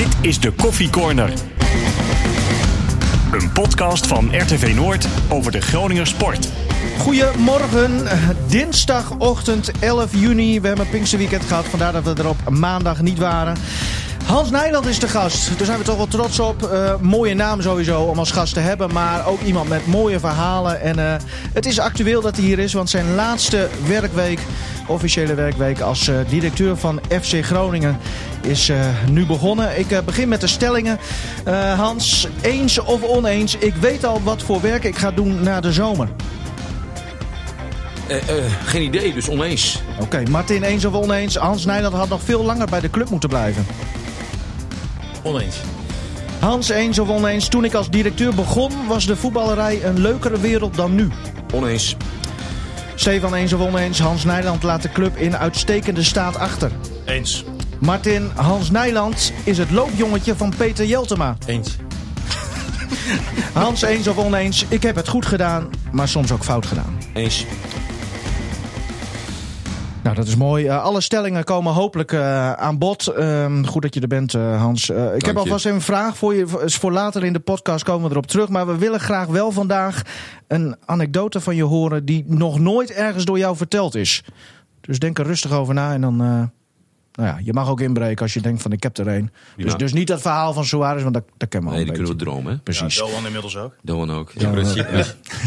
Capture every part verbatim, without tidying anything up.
Dit is de Koffie Corner. Een podcast van R T V Noord over de Groninger sport. Goedemorgen, dinsdagochtend elf juni. We hebben een Pinksterweekend gehad, vandaar dat we er op maandag niet waren. Hans Nijland is de gast, daar zijn we toch wel trots op. Uh, mooie naam sowieso om als gast te hebben, maar ook iemand met mooie verhalen. En uh, het is actueel dat hij hier is, want zijn laatste werkweek, officiële werkweek als uh, directeur van F C Groningen is uh, nu begonnen. Ik uh, begin met de stellingen. Uh, Hans, eens of oneens? Ik weet al wat voor werk ik ga doen na de zomer. Uh, uh, geen idee, dus oneens. Oké, okay, Martin, eens of oneens? Hans Nijland had nog veel langer bij de club moeten blijven. Oneens. Hans, eens of oneens? Toen ik als directeur begon, was de voetballerij een leukere wereld dan nu. Oneens. Stefan, eens of oneens? Hans Nijland laat de club in uitstekende staat achter. Eens. Martin, Hans Nijland is het loopjongetje van Peter Jeltema. Eens. Hans, eens of oneens? Ik heb het goed gedaan, maar soms ook fout gedaan. Eens. Nou, dat is mooi. Uh, alle stellingen komen hopelijk uh, aan bod. Uh, goed dat je er bent, uh, Hans. Uh, ik heb alvast even een vraag voor je. Voor later in de podcast komen we erop terug. Maar we willen graag wel vandaag een anekdote van je horen die nog nooit ergens door jou verteld is. Dus denk er rustig over na en dan... Uh, nou ja, je mag ook inbreken als je denkt van ik heb er een. Ja. Dus, dus niet dat verhaal van Suarez, want dat, dat kennen we al nee, een die beetje. kunnen we dromen, hè? Precies. Ja, Doan inmiddels ook. Doan ook. Ja, Ja, ja.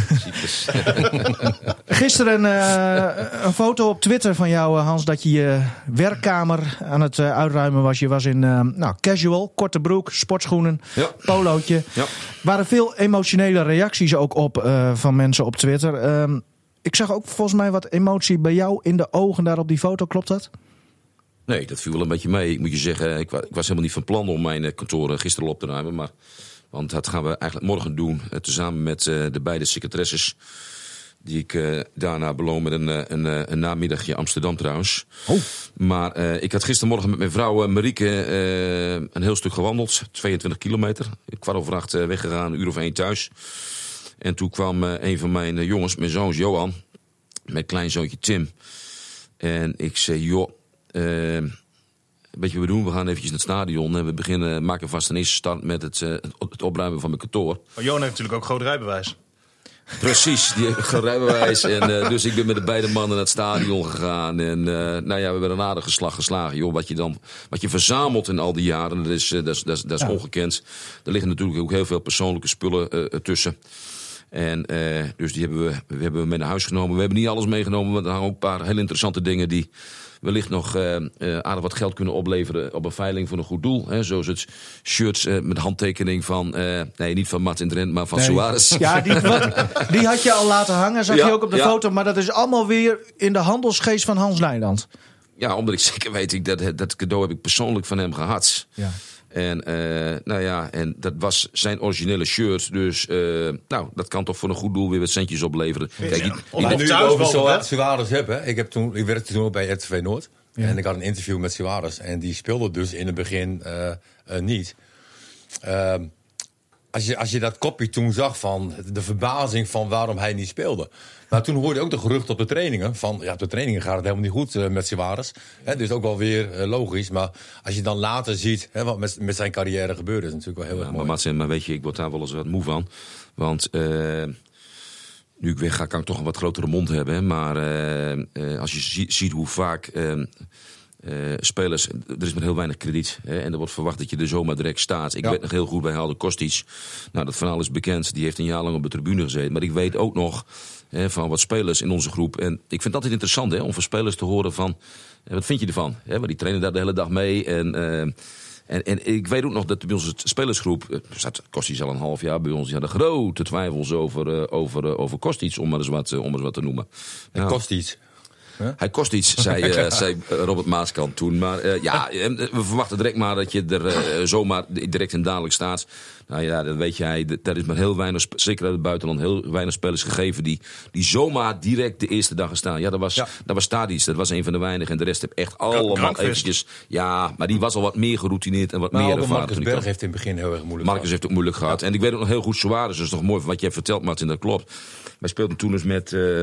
Gisteren uh, een foto op Twitter van jou, Hans, dat je je werkkamer aan het uh, uitruimen was. Je was in uh, nou, casual, korte broek, sportschoenen, Ja. polootje. Ja. Er waren veel emotionele reacties ook op uh, van mensen op Twitter. Uh, ik zag ook volgens mij wat emotie bij jou in de ogen daar op die foto, klopt dat? Nee, dat viel wel een beetje mee. Ik moet je zeggen, ik was, ik was helemaal niet van plan om mijn kantoor gisteren op te ruimen. Maar, want dat gaan we eigenlijk morgen doen. Uh, tezamen met uh, de beide secretaresses. Die ik uh, daarna beloon met een, een, een namiddagje Amsterdam trouwens. Oh. Maar uh, ik had gistermorgen met mijn vrouw uh, Marieke uh, een heel stuk gewandeld. tweeëntwintig kilometer. Kwart over acht uh, weggegaan, een uur of één thuis. En toen kwam uh, een van mijn uh, jongens, mijn zoons Johan. Mijn kleinzoontje Tim. En ik zei, joh... Uh, weet je wat we doen? We gaan eventjes naar het stadion en we beginnen, maken vast een eerste start met het, uh, het opruimen van mijn kantoor. Maar Johan heeft natuurlijk ook groot rijbewijs. Precies, die heeft een rijbewijs. En, uh, dus ik ben met de beide mannen naar het stadion gegaan. En uh, nou ja, we hebben een aardige slag geslagen. Joh, wat je dan wat je verzamelt in al die jaren, dat is, uh, dat is, dat is, dat is ja. ongekend. Er liggen natuurlijk ook heel veel persoonlijke spullen uh, tussen. En uh, dus die hebben we, we hebben we mee naar huis genomen. We hebben niet alles meegenomen, want er hangen ook een paar heel interessante dingen die wellicht nog uh, uh, aardig wat geld kunnen opleveren op een veiling voor een goed doel. Hè? Zoals het shirt uh, met handtekening van, uh, nee, niet van Martin Drent, maar van nee. Suarez. Ja, die, wat, die had je al laten hangen, zag ja, je ook op de ja. foto. Maar dat is allemaal weer in de handelsgeest van Hans Nijland. Ja, omdat ik zeker weet, ik, dat, dat cadeau heb ik persoonlijk van hem gehad. Ja. En, uh, nou ja, en dat was zijn originele shirt. Dus uh, nou, dat kan toch voor een goed doel weer wat centjes opleveren. Ja. Kijk, Ja. Ik nu het over Suarez hebben. Ik, heb toen, ik werkte toen ook bij R T V Noord. Ja. En ik had een interview met Suarez. En die speelde dus in het begin uh, uh, niet. Uh, als, je, als je dat kopje toen zag van de verbazing van waarom hij niet speelde. Maar toen hoorde je ook de gerucht op de trainingen. Van ja, op de trainingen gaat het helemaal niet goed uh, met Suarez. Hè, dus ook wel weer uh, logisch. Maar als je dan later ziet hè, wat met, met zijn carrière gebeurde, is natuurlijk wel heel ja, erg mooi. Maar, Martin, maar weet je, ik word daar wel eens wat moe van. Want uh, nu ik weg ga, kan ik toch een wat grotere mond hebben. Hè, maar uh, uh, als je zie, ziet hoe vaak uh, uh, spelers... Er is met heel weinig krediet. Hè, en er wordt verwacht dat je er zomaar direct staat. Ik ja. weet nog heel goed bij Halder Kostic. Nou, dat verhaal is bekend. Die heeft een jaar lang op de tribune gezeten. Maar ik weet ook nog... He, van wat spelers in onze groep. En ik vind het altijd interessant hè, om van spelers te horen van... Wat vind je ervan? He, maar die trainen daar de hele dag mee. En, uh, en, en ik weet ook nog dat bij onze spelersgroep... Uh, zat Kostic al een half jaar bij ons. Die hadden grote twijfels over, uh, over, uh, over Kostic, om maar eens wat, uh, om maar eens wat te noemen. Nou, Kostic. Huh? Hij kost iets, zei, uh, zei Robert Maaskant toen. Maar uh, ja, we verwachten direct maar dat je er uh, zomaar direct en dadelijk staat. Nou ja, dat weet jij. Daar is maar heel weinig, zeker uit het buitenland, heel weinig spelers gegeven die, die zomaar direct de eerste dag gaan staan. Ja, dat was, ja. dat was Tadic, dat was een van de weinigen. En de rest heb echt allemaal eventjes... Ja, maar die was al wat meer geroutineerd en wat maar meer ervaren. Marcus Berg heeft in het begin heel erg moeilijk Marcus gehad. heeft ook moeilijk gehad. Ja. En ik weet ook nog heel goed, Suarez, dat is toch mooi van wat jij vertelt, Martin, dat klopt. Wij speelden toen eens met... Uh,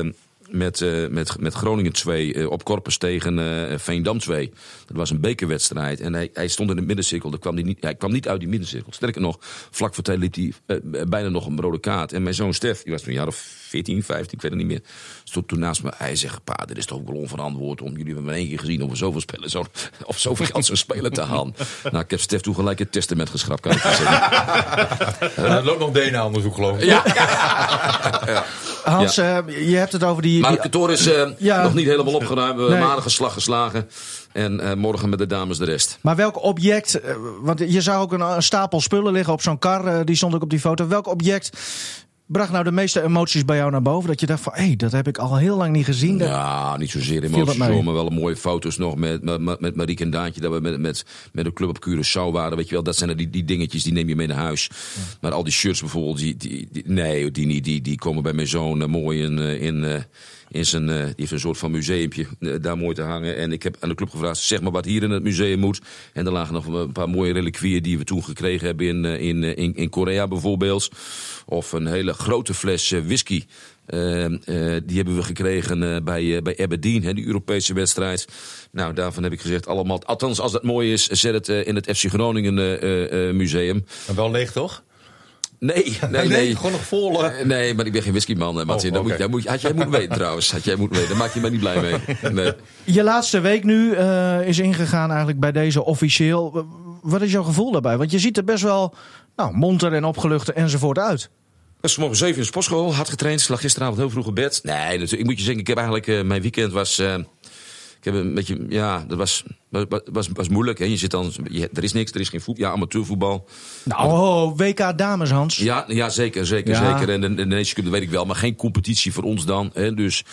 met, uh, met, met Groningen twee uh, op Korpers tegen uh, Veendam twee. Dat was een bekerwedstrijd. En hij, hij stond in de middencirkel. Daar kwam hij, niet, hij kwam niet uit die middencirkel. Sterker nog, vlak voor tijd liep hij uh, bijna nog een rode kaart. En mijn zoon Stef, die was toen een jaar of veertien, vijftien, ik weet het niet meer. Stond toen naast me. Hij zegt, pa, dit is toch wel onverantwoord om jullie hebben maar één keer gezien over zoveel spelen, zo, of zoveel geld zo'n speler te halen. Nou, ik heb Stef toen gelijk het testament geschrapt, kan ik zeggen. Er loopt nog D N A-onderzoek, geloof ik. Ja. ja. Hans, ja. Uh, je hebt het over die... Maar die... het kantoor is uh, ja. nog niet helemaal opgeruimd. We hebben Nee. een aardige slag geslagen. En uh, morgen met de dames de rest. Maar welk object, uh, want je zag ook een, een stapel spullen liggen op zo'n kar, uh, die stond ook op die foto. Welk object bracht nou de meeste emoties bij jou naar boven? Dat je dacht van, hé, hey, dat heb ik al heel lang niet gezien. Dat... Ja, niet zozeer Viel emoties, dat mee? maar wel mooie foto's nog met, met, met Mariek en Daantje. Dat we met, met, met de club op Curaçao waren. Weet je wel, dat zijn er die, die dingetjes, die neem je mee naar huis. Ja. Maar al die shirts bijvoorbeeld, die, die, die, nee, die, die, die, die komen bij mijn zoon uh, mooi in... Uh, in uh, In zijn, uh, die heeft een soort van museumpje uh, daar mooi te hangen. En ik heb aan de club gevraagd, zeg maar wat hier in het museum moet. En er lagen nog een paar mooie reliquieën die we toen gekregen hebben in, uh, in, uh, in, in Korea bijvoorbeeld. Of een hele grote fles uh, whisky. Uh, uh, die hebben we gekregen uh, bij, uh, bij Aberdeen, hè, die Europese wedstrijd. Nou, daarvan heb ik gezegd allemaal... Althans, als dat mooi is, zet het uh, in het F C Groningen uh, uh, museum. Maar wel leeg, toch? Nee, nee, nee, nee. Gewoon nog vol. Uh... Nee, maar ik ben geen whiskyman, Martin. Oh, dat okay. moet, dat moet, had jij moeten weten trouwens. Had jij moeten weten. Daar maak je mij niet blij mee. Nee. Je laatste week nu uh, is ingegaan eigenlijk bij deze officieel. Wat is jouw gevoel daarbij? Want je ziet er best wel nou, monter en opgelucht enzovoort uit. Ik was vanmorgen zeven in de sportschool, hard getraind. Lag gisteravond heel vroeg op bed. Nee, natuurlijk, ik moet je zeggen, ik heb eigenlijk... Uh, mijn weekend was... Uh, Ik heb een beetje, ja, dat was, was, was, was moeilijk. Hè. Je zit dan, je, er is niks, er is geen voetbal, ja, amateurvoetbal. Nou, oh, W K dames, Hans. Ja, ja zeker, zeker, ja. zeker. En de, de Nation Cup, dat weet ik wel, maar geen competitie voor ons dan. Hè. Dus,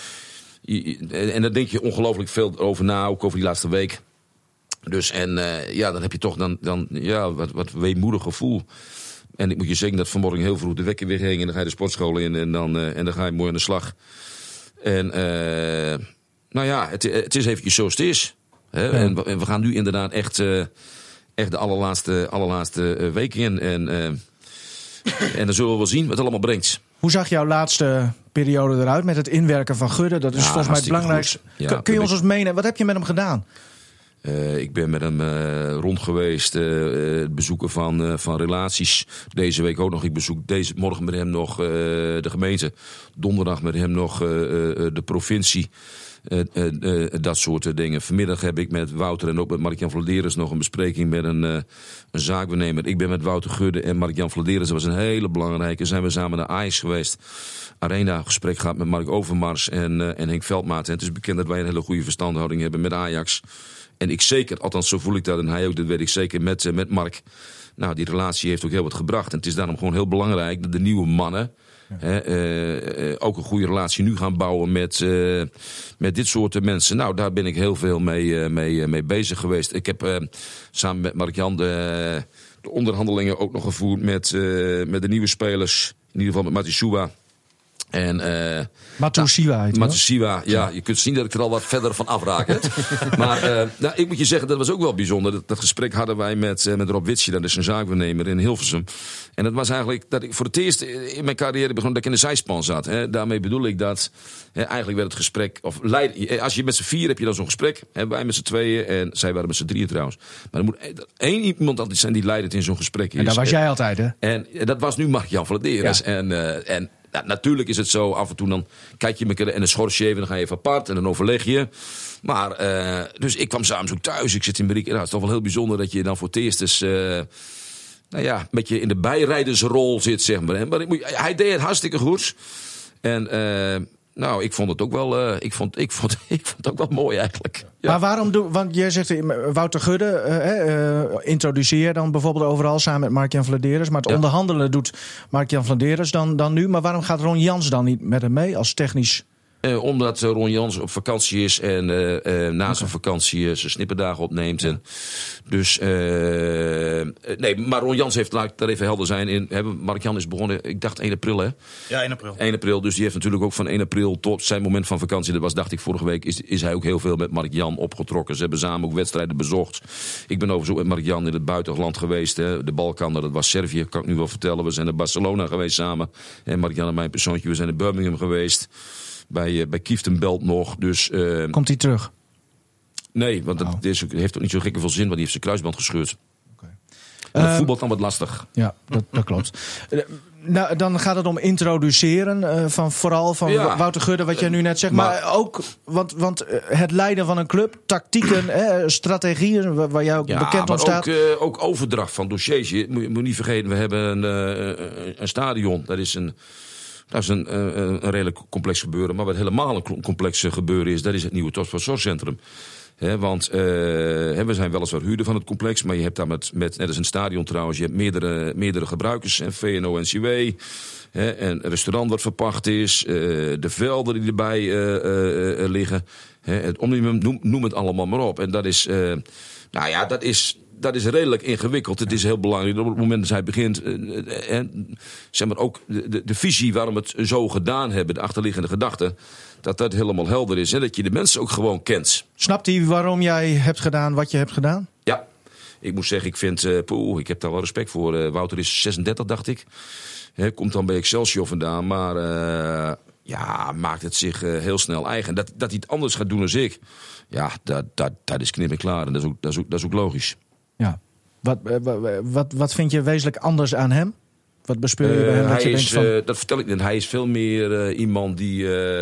en daar denk je ongelooflijk veel over na, ook over die laatste week. Dus, en uh, ja, dan heb je toch dan, dan ja, wat, wat weemoedig gevoel. En ik moet je zeggen dat vanmorgen heel vroeg de wekker weer ging en dan ga je de sportschool in en dan, uh, en dan ga je mooi aan de slag. En... Uh, Nou ja, het, het is eventjes zoals het is. Hè? Ja. En, we, en we gaan nu inderdaad echt, uh, echt de allerlaatste, allerlaatste uh, week in. En, uh, en dan zullen we wel zien wat het allemaal brengt. Hoe zag jouw laatste periode eruit met het inwerken van Gudde? Dat is ja, volgens mij het belangrijkste. Ja, kun, kun je ons eens meenemen? Wat heb je met hem gedaan? Uh, ik ben met hem uh, rond geweest, uh, het bezoeken van, uh, van relaties. Deze week ook nog. Ik bezoek deze morgen met hem nog uh, de gemeente. Donderdag met hem nog uh, uh, de provincie. Uh, uh, uh, dat soort uh, dingen. Vanmiddag heb ik met Wouter en ook met Mark-Jan Vladeres nog een bespreking met een, uh, een zaakbenemer. Ik ben met Wouter Gudde en Mark-Jan Vladeres. Dat was een hele belangrijke. Zijn we samen naar Ajax geweest. Arena gesprek gehad met Mark Overmars en, uh, en Henk Veldmaat. En het is bekend dat wij een hele goede verstandhouding hebben met Ajax. En ik zeker, althans zo voel ik dat en hij ook, dat weet ik zeker met, uh, met Mark. Nou, die relatie heeft ook heel wat gebracht. En het is daarom gewoon heel belangrijk dat de nieuwe mannen... Ja. He, uh, uh, ook een goede relatie nu gaan bouwen met, uh, met dit soort mensen. Nou, daar ben ik heel veel mee, uh, mee, uh, mee bezig geweest. Ik heb uh, samen met Mark-Jan de, de onderhandelingen ook nog gevoerd met, uh, met de nieuwe spelers. In ieder geval met Matisuwa. En, uh, Matusiwa heet Matusiwa, ja, je kunt zien dat ik er al wat verder van afraak. Maar uh, nou, ik moet je zeggen, dat was ook wel bijzonder. Dat, dat gesprek hadden wij met, uh, met Rob Witsje, dat is een zaakbenemer in Hilversum. En dat was eigenlijk dat ik voor het eerst in mijn carrière begon dat ik in de zijspan zat. Hè. Daarmee bedoel ik dat hè, eigenlijk werd het gesprek... Of leid, als je met z'n vier heb je dan zo'n gesprek. Hè, wij met z'n tweeën en zij waren met z'n drieën trouwens. Maar er moet één iemand altijd zijn die leidend in zo'n gesprek is. En dat was jij altijd, hè? En, en dat was nu Mark-Jan Vladeres. Ja. En... Uh, en Nou, natuurlijk is het zo, af en toe dan kijk je elkaar en dan schors je even, dan ga je even apart en dan overleg je. Maar, uh, dus ik kwam samen zo thuis, ik zit in Mariek. Nou, het is toch wel heel bijzonder dat je dan voor het eerst eens, uh, nou ja, een beetje in de bijrijdersrol zit, zeg maar. Maar hij deed het hartstikke goed. En, uh, nou, ik vond het ook wel, uh, ik vond, ik vond, ik vond het ook wel mooi eigenlijk. Ja. Maar waarom doe, want jij zegt Wouter Gudde, uh, uh, introduceer dan bijvoorbeeld overal samen met Mark-Jan Vladeres. Maar het ja. onderhandelen doet Mark-Jan Vladeres dan, dan nu. Maar waarom gaat Ron Jans dan niet met hem mee als technisch? Uh, omdat uh, Ron Jans op vakantie is en uh, uh, na okay. zijn vakantie uh, zijn snipperdagen opneemt. Ja. En dus, uh, nee, maar Ron Jans heeft, laat ik daar even helder zijn, in, hebben, Mark-Jan is begonnen, ik dacht één april, hè? Ja, één april. één april, dus die heeft natuurlijk ook van één april tot zijn moment van vakantie, dat was, dacht ik, vorige week, is, is hij ook heel veel met Mark-Jan opgetrokken. Ze hebben samen ook wedstrijden bezocht. Ik ben overigens ook met Mark-Jan in het buitenland geweest, hè? De Balkan, dat was Servië, kan ik nu wel vertellen. We zijn naar Barcelona geweest samen. En Mark-Jan en mijn persoontje, we zijn in Birmingham geweest. bij, uh, bij Kieftenbelt nog. Dus, uh, Komt hij terug? Nee, want Oh. dat is, heeft ook niet zo gekke veel zin, want die heeft zijn kruisband gescheurd. Okay. En dat Uh, voetbalt dan wat lastig. Ja, dat, dat klopt. Uh, nou, dan gaat het om introduceren uh, van vooral van Ja. Wouter Gudde, wat jij nu net zegt. Maar, maar ook, want, want uh, het leiden van een club, tactieken, eh, strategieën, waar, waar jij ook Ja, bekend om maar staat. ook, uh, ook overdracht van dossiers. Je moet, je moet niet vergeten, we hebben een, uh, een stadion. Dat is een... Dat is een, een, een redelijk complex gebeuren. Maar wat helemaal een complex gebeuren is, dat is het nieuwe Topsportzorgcentrum. He, want uh, he, we zijn weliswaar huurder van het complex, maar je hebt daar met, met net als een stadion trouwens, je hebt meerdere, meerdere gebruikers. En V N O N C W, he, en een restaurant dat verpacht is, uh, de velden die erbij uh, uh, uh, liggen. He, het omnium, noem, noem het allemaal maar op. En dat is, uh, nou ja, dat is... Dat is redelijk ingewikkeld. Het is heel belangrijk. Op het moment dat hij begint, eh, eh, zeg maar ook de, de, de visie waarom we het zo gedaan hebben, de achterliggende gedachte, dat dat helemaal helder is. En dat je de mensen ook gewoon kent. Snapt hij waarom jij hebt gedaan wat je hebt gedaan? Ja, ik moet zeggen, ik vind, uh, poeh, ik heb daar wel respect voor. Uh, Wouter is zesendertig, dacht ik. He, komt dan bij Excelsior vandaan, maar uh, ja, maakt het zich uh, heel snel eigen. Dat, dat hij het anders gaat doen dan ik, ja, dat, dat, dat is knip en klaar. En dat is ook, dat is ook, dat is ook logisch. Ja. Wat, wat, wat vind je wezenlijk anders aan hem? Wat bespeur je bij hem? Uh, Dat, hij je is, denkt van... uh, dat vertel ik net. Hij is veel meer uh, iemand die, uh,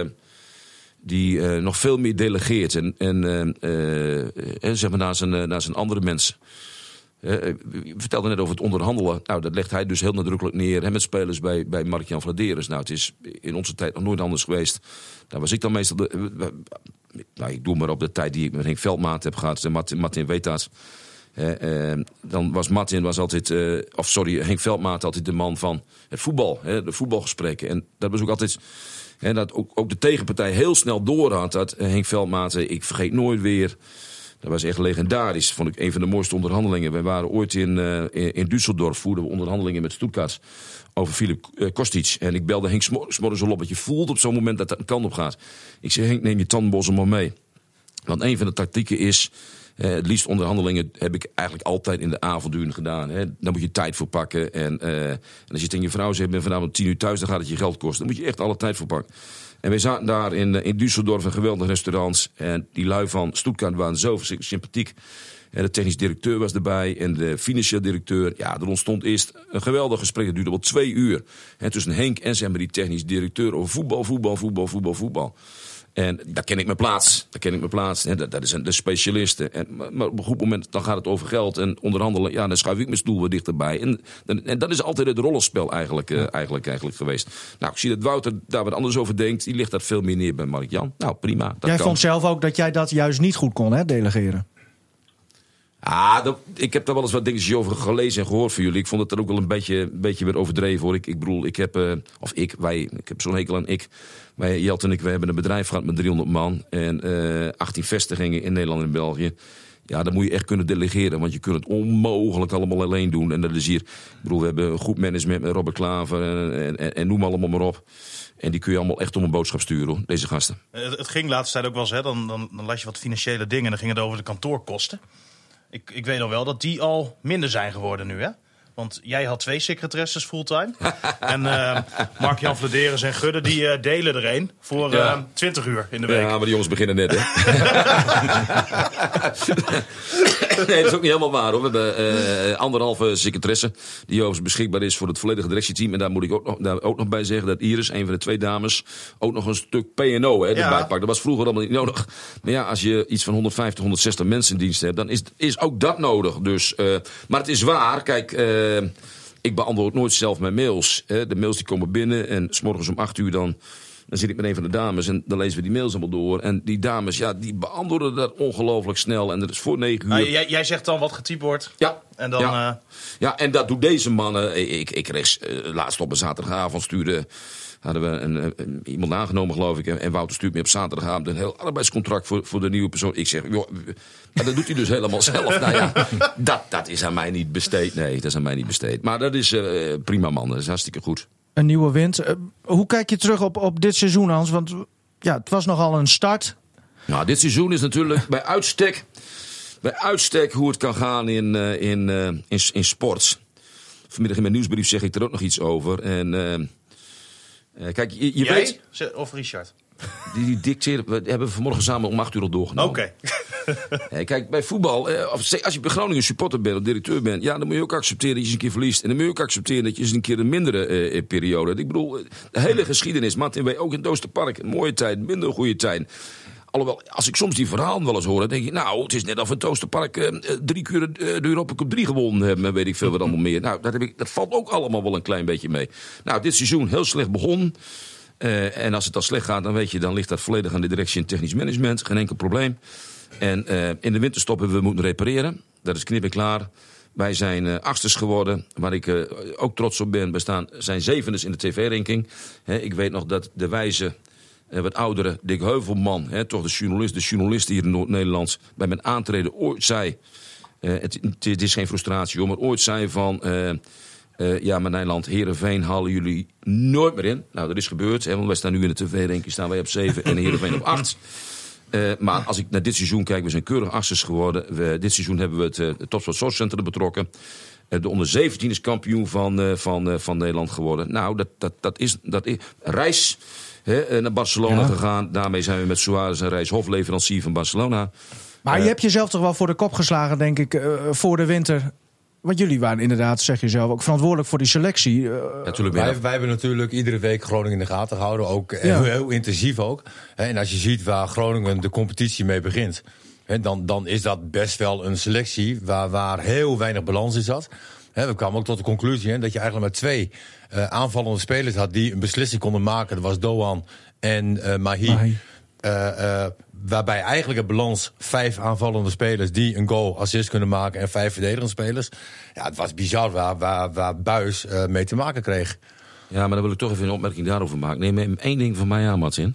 die uh, nog veel meer delegeert. En, en uh, uh, zeg maar naar zijn, uh, naar zijn andere mensen. Uh, je vertelde net over het onderhandelen. Nou, dat legt hij dus heel nadrukkelijk neer. Hè, met spelers bij, bij Mark-Jan Vladeres. Nou, het is in onze tijd nog nooit anders geweest. Daar was ik dan meestal... De, uh, nou, ik doe maar op de tijd die ik met Henk Veldmaat heb gehad. En Martin, Martin weet dat. Uh, uh, dan was Martin was altijd, uh, of sorry, Henk Veldmaat altijd de man van het voetbal, hè, de voetbalgesprekken. En dat was ook altijd, hè, dat ook, ook de tegenpartij heel snel door had. Dat uh, Henk Veldmaat, uh, ik vergeet nooit weer, dat was echt legendarisch. Vond ik een van de mooiste onderhandelingen. We waren ooit in, uh, in, in Düsseldorf, voerden we onderhandelingen met Stuttgart over Filip uh, Kostic. En ik belde Henk s'morgens al op, want je voelt op zo'n moment dat dat een kant op gaat. Ik zei, Henk, neem je tandenbossen maar mee. Want een van de tactieken is... Uh, het liefst onderhandelingen heb ik eigenlijk altijd in de avonduren gedaan. Hè. Daar moet je tijd voor pakken. En, uh, en als je tegen je vrouw zegt, ik ben vanavond tien uur thuis, dan gaat het je geld kosten. Dan moet je echt alle tijd voor pakken. En wij zaten daar in, in Düsseldorf, een geweldig restaurant. En die lui van Stuttgart waren zo sympathiek. En de technisch directeur was erbij en de financieel directeur. Ja, er ontstond eerst een geweldig gesprek. Dat duurde wel twee uur. Hè, tussen Henk en zeg maar, die technisch directeur over voetbal, voetbal, voetbal, voetbal, voetbal. En daar ken ik mijn plaats. Daar ken ik mijn plaats. En dat, dat is een, de specialisten. En, maar op een goed moment dan gaat het over geld en onderhandelen. Ja, dan schuif ik mijn stoel weer dichterbij. En, en, en dat is altijd het rollenspel eigenlijk, uh, eigenlijk, eigenlijk geweest. Nou, ik zie dat Wouter daar wat anders over denkt. Die ligt dat veel meer neer bij Mark-Jan. Nou, prima. Dat Jij kan. vond zelf ook dat jij dat juist niet goed kon, hè, delegeren? Ah, dat, ik heb daar wel eens wat dingetjes over gelezen en gehoord van jullie. Ik vond het er ook wel een beetje, een beetje weer overdreven hoor. Ik, ik bedoel, ik heb, uh, of ik, wij, ik heb zo'n hekel aan ik. Wij, Jelt en ik, we hebben een bedrijf gehad met driehonderd man. En uh, achttien vestigingen in Nederland en België. Ja, dan moet je echt kunnen delegeren. Want je kunt het onmogelijk allemaal alleen doen. En dat is hier, ik bedoel, we hebben een goed management met Robert Klaver en, en, en noem allemaal maar op. En die kun je allemaal echt om een boodschap sturen, hoor, deze gasten. Het, het ging de laatste tijd ook wel eens, hè, dan, dan, dan las je wat financiële dingen. En dan ging het over de kantoorkosten. Ik, ik weet al wel dat die al minder zijn geworden nu, hè? Want jij had twee secretaresses fulltime. en uh, Mark-Jan Vladeres en Gudde die uh, delen er een voor uh, ja. twintig uur in de week. Ja, maar die jongens beginnen net, hè? Nee, dat is ook niet helemaal waar, hoor. We hebben uh, anderhalve secretaresse die overigens beschikbaar is voor het volledige directieteam. En daar moet ik ook nog, daar ook nog bij zeggen dat Iris, een van de twee dames, ook nog een stuk P en O hè, erbij ja. pakt. Dat was vroeger allemaal niet nodig. Maar ja, als je iets van honderdvijftig, honderdzestig mensen in dienst hebt, dan is, is ook dat nodig. Dus, uh, maar het is waar, kijk... Uh, Uh, ik beantwoord nooit zelf mijn mails. Hè. De mails die komen binnen en 's morgens om acht uur dan, dan zit ik met een van de dames en dan lezen we die mails allemaal door. En die dames, ja, die beantwoorden dat ongelooflijk snel. En dat is voor negen uur. Ah, jij, jij zegt dan wat getypt wordt? Ja. En dan, ja. Uh... ja, en dat doen deze mannen. Ik, ik kreeg uh, laatst op een zaterdagavond stuurde... hadden we een, een, een, iemand aangenomen, geloof ik. En Wouter stuurt me op zaterdagavond een heel arbeidscontract voor, voor de nieuwe persoon. Ik zeg, joh, maar dat doet hij dus helemaal zelf. Nou ja, dat, dat is aan mij niet besteed. Nee, dat is aan mij niet besteed. Maar dat is uh, prima, man. Dat is hartstikke goed. Een nieuwe wind. Uh, hoe kijk je terug op, op dit seizoen, Hans? Want ja, het was nogal een start. Nou, dit seizoen is natuurlijk bij uitstek, bij uitstek hoe het kan gaan in, uh, in, uh, in, in sport. Vanmiddag in mijn nieuwsbrief zeg ik er ook nog iets over. En... Uh, Uh, kijk, je, je Jij weet... of Richard? Die, die dicteren, we hebben vanmorgen samen om acht uur al doorgenomen. Oké. Okay. Hey, kijk, bij voetbal, eh, als je bij Groningen supporter bent of directeur bent, ja, dan moet je ook accepteren dat je eens een keer verliest. En dan moet je ook accepteren dat je eens een keer een mindere eh, periode hebt. Ik bedoel, de hele geschiedenis, Martin Wee, ook in het Oosterpark, een mooie tijd, minder goede tijd. Alhoewel, als ik soms die verhalen wel eens hoor, dan denk ik, nou, het is net of we het Oosterpark eh, drie keer uh, de Europa Cup drie gewonnen hebben, en weet ik veel wat allemaal meer. Nou, dat, heb ik, dat valt ook allemaal wel een klein beetje mee. Nou, dit seizoen heel slecht begonnen. Uh, en als het dan slecht gaat, dan weet je, dan ligt dat volledig aan de directie en technisch management. Geen enkel probleem. En uh, in de winterstop hebben we moeten repareren. Dat is knip en klaar. Wij zijn uh, achters geworden, waar ik uh, ook trots op ben. We staan, zijn zevendes in de tv-ranking. He, ik weet nog dat de wijze, uh, wat oudere Dick Heuvelman, he, toch de journalist, de journalist hier in Noord-Nederland, bij mijn aantreden ooit zei, uh, het, het is geen frustratie hoor, maar ooit zei van, Uh, Uh, ja, maar Nederland, Heerenveen halen jullie nooit meer in. Nou, dat is gebeurd. Hè, want wij staan nu in de tv-ranking, staan wij op zeven en Heerenveen op acht. Uh, maar als ik naar dit seizoen kijk, we zijn keurig achters geworden. We, dit seizoen hebben we het, uh, het Topsport Zorgcentrum betrokken. Uh, de onder zeventien is kampioen van, uh, van, uh, van Nederland geworden. Nou, dat, dat, dat is... Dat is reis hè, naar Barcelona ja. gegaan. Daarmee zijn we met Suarez en Reis hofleverancier van Barcelona. Maar uh, je hebt jezelf toch wel voor de kop geslagen, denk ik, uh, voor de winter. Want jullie waren inderdaad, zeg je zelf, ook verantwoordelijk voor die selectie. Uh, ja, wij, wij hebben natuurlijk iedere week Groningen in de gaten gehouden. Ook ja. heel, heel intensief ook. En als je ziet waar Groningen de competitie mee begint, dan, dan is dat best wel een selectie waar, waar heel weinig balans in zat. We kwamen ook tot de conclusie hè, dat je eigenlijk maar twee uh, aanvallende spelers had die een beslissing konden maken. Dat was Doan en uh, Mahi. Mahi. Uh, uh, waarbij eigenlijk het balans vijf aanvallende spelers die een goal assist kunnen maken en vijf verdedigende spelers. Ja, het was bizar waar, waar, waar Buijs uh, mee te maken kreeg. Ja, maar dan wil ik toch even een opmerking daarover maken. Neem één ding van mij aan, Martin.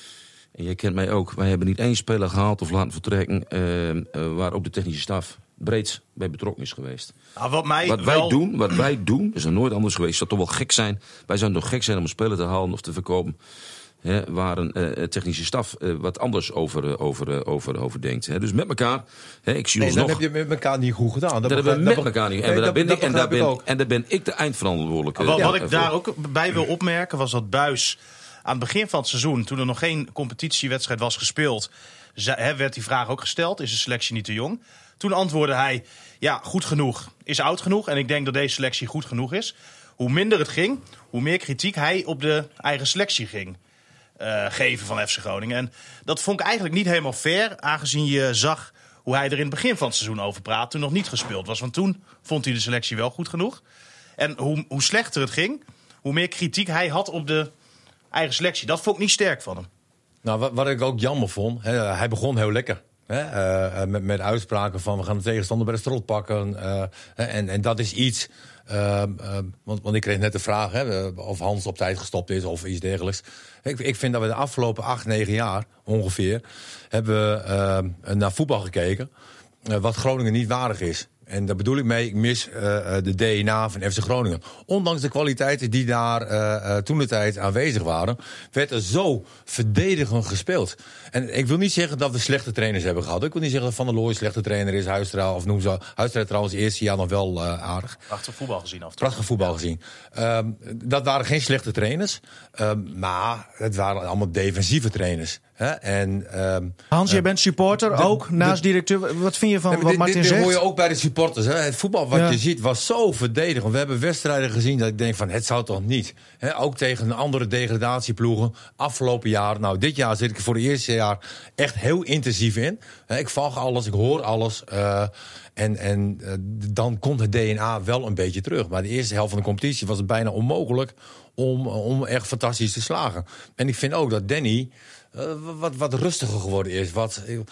En jij kent mij ook. Wij hebben niet één speler gehaald of laten vertrekken uh, uh, waar ook de technische staf breed bij betrokken is geweest. Ah, wat mij wat, wel... wij doen, wat wij doen, is er nooit anders geweest. Het zou toch wel gek zijn. Wij zouden toch gek zijn om een speler te halen of te verkopen. He, waar een uh, technische staf uh, wat anders over, uh, over, uh, over, over denkt. He, dus met elkaar. He, ik zie nee, ons dat nog, heb je met elkaar niet goed gedaan. Dat, dat hebben we met elkaar niet. En, nee, daar ben dat, ik, en, daar ben, en daar ben ik de eindverantwoordelijke. Wat, ja, wat ik ervoor. daar ook bij wil opmerken was dat Buijs aan het begin van het seizoen, toen er nog geen competitiewedstrijd was gespeeld, he, werd die vraag ook gesteld: is de selectie niet te jong? Toen antwoordde hij: ja, goed genoeg, is oud genoeg. En ik denk dat deze selectie goed genoeg is. Hoe minder het ging, hoe meer kritiek hij op de eigen selectie ging Uh, geven van F C Groningen. En dat vond ik eigenlijk niet helemaal fair, aangezien je zag hoe hij er in het begin van het seizoen over praat, toen nog niet gespeeld was. Want toen vond hij de selectie wel goed genoeg. En hoe, hoe slechter het ging, hoe meer kritiek hij had op de eigen selectie. Dat vond ik niet sterk van hem. Nou, wat, wat ik ook jammer vond, hè, hij begon heel lekker. Hè, uh, met, met uitspraken van we gaan de tegenstander bij de strot pakken. Uh, en, en dat is iets. Uh, uh, want, want ik kreeg net de vraag hè, of Hans op tijd gestopt is of iets dergelijks. Ik, ik vind dat we de afgelopen acht, negen jaar ongeveer hebben we uh, naar voetbal gekeken uh, wat Groningen niet waardig is. En daar bedoel ik mee, ik mis uh, de D N A van F C Groningen. Ondanks de kwaliteiten die daar uh, uh, toen de tijd aanwezig waren, werd er zo verdedigend gespeeld. En ik wil niet zeggen dat we slechte trainers hebben gehad. Ik wil niet zeggen dat Van der Looy een slechte trainer is, Huistra, of noem zo. Huistra trouwens het eerste jaar nog wel uh, aardig. Prachtig voetbal gezien af. Prachtig voetbal gezien. Um, dat waren geen slechte trainers, um, maar het waren allemaal defensieve trainers. Hè? En, um, Hans, uh, jij bent supporter, de, ook, de, naast directeur. Wat vind je van nee, wat Martin dit, dit zegt? Dit hoor je ook bij de supporters. Hè? Het voetbal wat ja. je ziet was zo verdedigend. We hebben wedstrijden gezien dat ik denk van het zou toch niet. Hè? Ook tegen andere degradatieploegen. Afgelopen jaar, nou dit jaar zit ik voor het eerste jaar echt heel intensief in. Hè? Ik volg alles, ik hoor alles. Uh, En, en uh, dan komt het D N A wel een beetje terug. Maar de eerste helft van de competitie was het bijna onmogelijk om, om echt fantastisch te slagen. En ik vind ook dat Danny uh, wat, wat rustiger geworden is. Wat, uh,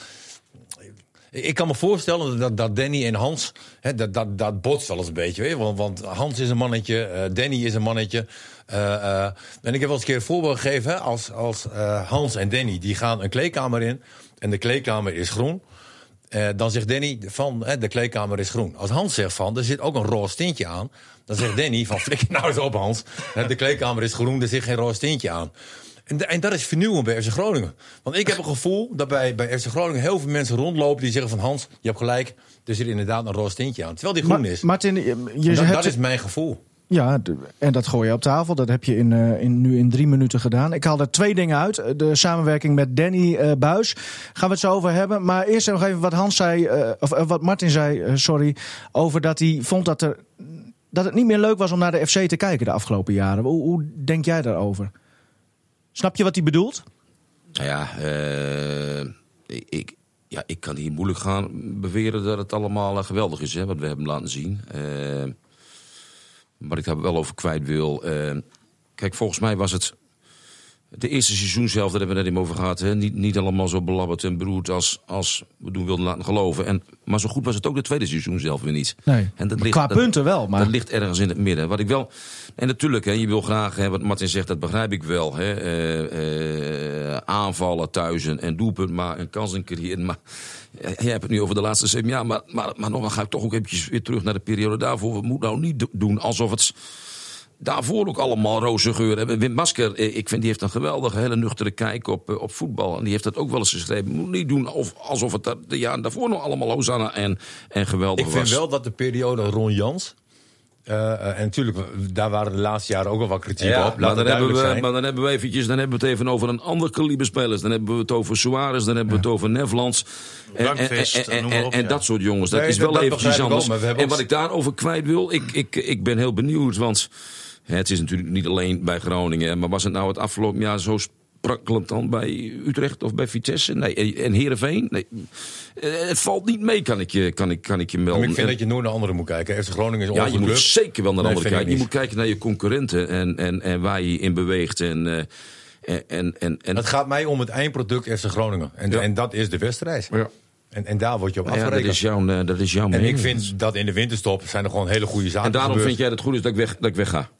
ik kan me voorstellen dat, dat Danny en Hans, hè, dat, dat, dat botst wel eens een beetje. Weet je? Want, want Hans is een mannetje, uh, Danny is een mannetje. Uh, uh, en ik heb wel eens een keer een voorbeeld gegeven. Hè, als als uh, Hans en Danny die gaan een kleedkamer in en de kleedkamer is groen. Uh, dan zegt Danny van uh, de kleedkamer is groen. Als Hans zegt van er zit ook een roze tintje aan, dan zegt Danny van flikker nou eens op Hans. Uh, de kleedkamer is groen, er zit geen roze tintje aan. En, de, en dat is vernieuwend bij F C Groningen. Want ik heb een gevoel dat bij, bij F C Groningen heel veel mensen rondlopen die zeggen van Hans, je hebt gelijk, er zit inderdaad een roze tintje aan. Terwijl die groen Ma- is. Martin, je dat, hebt... dat is mijn gevoel. Ja, de, en dat gooi je op tafel. Dat heb je in, uh, in, nu in drie minuten gedaan. Ik haal er twee dingen uit. De samenwerking met Danny uh, Buis. Gaan we het zo over hebben. Maar eerst nog even wat Hans zei, uh, of uh, wat Martin zei, uh, sorry, over dat hij vond dat, er, dat het niet meer leuk was om naar de F C te kijken de afgelopen jaren. Hoe, hoe denk jij daarover? Snap je wat hij bedoelt? Nou ja, uh, ik, ja, ik kan hier moeilijk gaan beweren dat het allemaal uh, geweldig is, hè, wat we hebben laten zien. Uh, Wat ik daar wel over kwijt wil. Uh, kijk, volgens mij was het de eerste seizoen zelf, daar hebben we net even over gehad. Hè? Niet, niet allemaal zo belabberd en beroerd als, als we doen wilden laten geloven. En, maar zo goed was het ook de tweede seizoen zelf weer niet. Nee, en dat ligt, qua dat, punten wel. Maar... Dat ligt ergens in het midden. Wat ik wel, en natuurlijk, hè, je wil graag, hè, wat Martin zegt, dat begrijp ik wel. Hè? Uh, uh, aanvallen thuis en, en doelpunt maar een kans en creëren. Maar jij hebt het nu over de laatste zeven jaar. Maar, maar, maar nog ga ik toch ook eventjes weer terug naar de periode daarvoor. We moeten nou niet doen alsof het daarvoor ook allemaal roze geur hebben. Wim Masker, ik vind die heeft een geweldige, hele nuchtere kijk op, op voetbal. En die heeft dat ook wel eens geschreven. Moet niet doen of, alsof het de jaren daarvoor nog allemaal Hosanna en, en geweldig was. Ik vind was. wel dat de periode Ron Jans... Uh, uh, en natuurlijk, daar waren de laatste jaren ook wel wat kritiek ja, op. Maar dan, hebben we, maar dan hebben we eventjes, dan hebben we het even over een ander kaliber spelers. Dan hebben we het over Suarez, dan hebben we ja. het over Nevlands. En, en, en, en, en, op, en ja. dat soort jongens. Dat nee, is wel dat eventjes anders. Wel, en wat ik daarover kwijt wil, ik, ik, ik ben heel benieuwd. Want het is natuurlijk niet alleen bij Groningen. Maar was het nou het afgelopen jaar zo sprakkelend dan bij Utrecht of bij Vitesse? Nee, en Heerenveen? Nee. Het valt niet mee, kan ik je, kan ik, kan ik je melden. Maar ik vind en, dat je nooit naar anderen moet kijken. F C Groningen is onze Ja, je club. moet zeker wel naar nee, anderen kijken. Je moet kijken naar je concurrenten en, en, en waar je in beweegt. En, uh, en, en, en, het gaat mij om het eindproduct F C Groningen. En, ja. en dat is de wedstrijd. Ja. En, en daar word je op ja, afgerekend. Dat is jouw, uh, dat is jouw En mening. ik vind dat in de winterstop zijn er gewoon hele goede zaken En daarom gebeurd. vind jij dat het goed is dat ik, weg, dat ik wegga?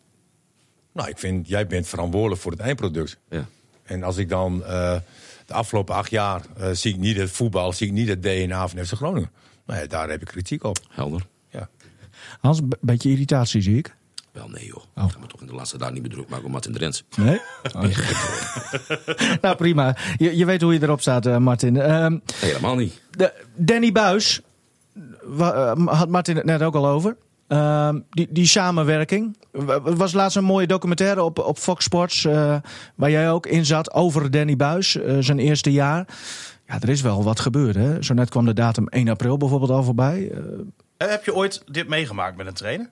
Nou, ik vind, jij bent verantwoordelijk voor het eindproduct. Ja. En als ik dan uh, de afgelopen acht jaar uh, zie ik niet het voetbal, zie ik niet het D N A van F C Groningen. Nou ja, daar heb ik kritiek op. Helder. Ja. Hans, een beetje irritatie zie ik. Wel, nee joh. Oh. Ik ga me toch in de laatste dagen niet meer druk maken om Martin Drents. Nee? Oh, ja. Nou, prima. Je, je weet hoe je erop staat, uh, Martin. Uh, nee, helemaal niet. De, Danny Buis, wa, uh, had Martin het net ook al over. Uh, die, die samenwerking. Er was laatst een mooie documentaire op, op Fox Sports, uh, waar jij ook in zat, over Danny Buis, uh, zijn eerste jaar. Ja, er is wel wat gebeurd, hè? Zo net kwam de datum één april bijvoorbeeld al voorbij. Uh, Heb je ooit dit meegemaakt met een trainer?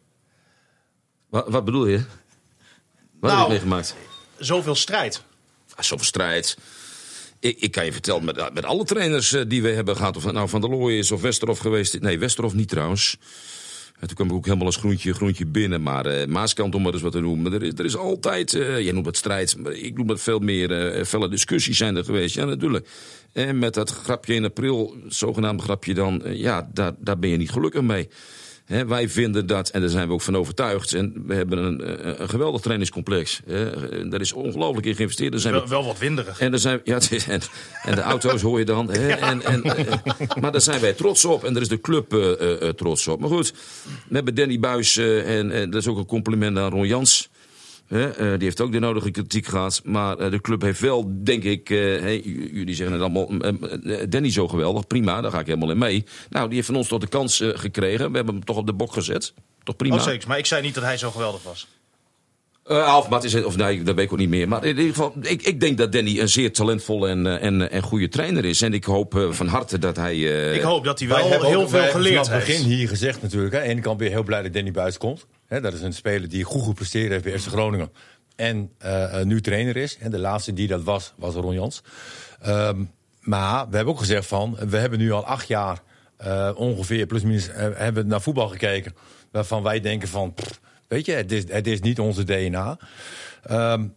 Wat, wat bedoel je? Wat nou, heb je meegemaakt? Zoveel strijd. Ah, zoveel strijd. Ik, ik kan je vertellen, met, met alle trainers uh, die we hebben gehad, of het nou Van der Looy is of Westerhof geweest. Nee, Westerhof niet trouwens. En toen kwam ik ook helemaal als groentje, groentje binnen. Maar uh, Maaskant, om maar eens wat te noemen. Er is, er is altijd, uh, jij noemt het strijd, maar ik noem het veel meer uh, felle discussies zijn er geweest. Ja, natuurlijk. En met dat grapje in april, het zogenaamde grapje dan, uh, ja, daar, daar ben je niet gelukkig mee. He, wij vinden dat, en daar zijn we ook van overtuigd. En we hebben een, een geweldig trainingscomplex. He, daar is ongelooflijk in geïnvesteerd. Er zijn wel, we, wel wat winderig. En, er zijn, ja, het is, en, en de auto's hoor je dan. He, ja. en, en, uh, maar daar zijn wij trots op. En daar is de club uh, uh, trots op. Maar goed, we hebben Danny Buis. Uh, en, en dat is ook een compliment aan Ron Jans. He, uh, die heeft ook de nodige kritiek gehad. Maar uh, de club heeft wel, denk ik... Uh, hey, j- jullie zeggen het allemaal... Uh, uh, Danny zo geweldig, prima, daar ga ik helemaal in mee. Nou, die heeft van ons tot de kans uh, gekregen. We hebben hem toch op de bok gezet. Toch prima. Oh, zeker. Maar ik zei niet dat hij zo geweldig was. Uh, of, is het, of nee, dat weet ik ook niet meer. Maar in ieder geval, ik, ik denk dat Danny een zeer talentvolle en, en, en goede trainer is. En ik hoop uh, van harte dat hij... Uh, ik hoop dat hij wel heel ook, veel wij geleerd heeft. heeft. Vanaf het begin hier gezegd natuurlijk. Hè. Aan de ene kant ben je heel blij dat Danny Buis komt. Hè, dat is een speler die goed gepresteerd heeft bij F C Groningen. En uh, nu trainer is. En de laatste die dat was, was Ron Jans. Um, maar we hebben ook gezegd van... We hebben nu al acht jaar uh, ongeveer, plus minus, uh, hebben we naar voetbal gekeken. Waarvan wij denken van... Pff, weet je, het is, het is niet onze D N A. Um,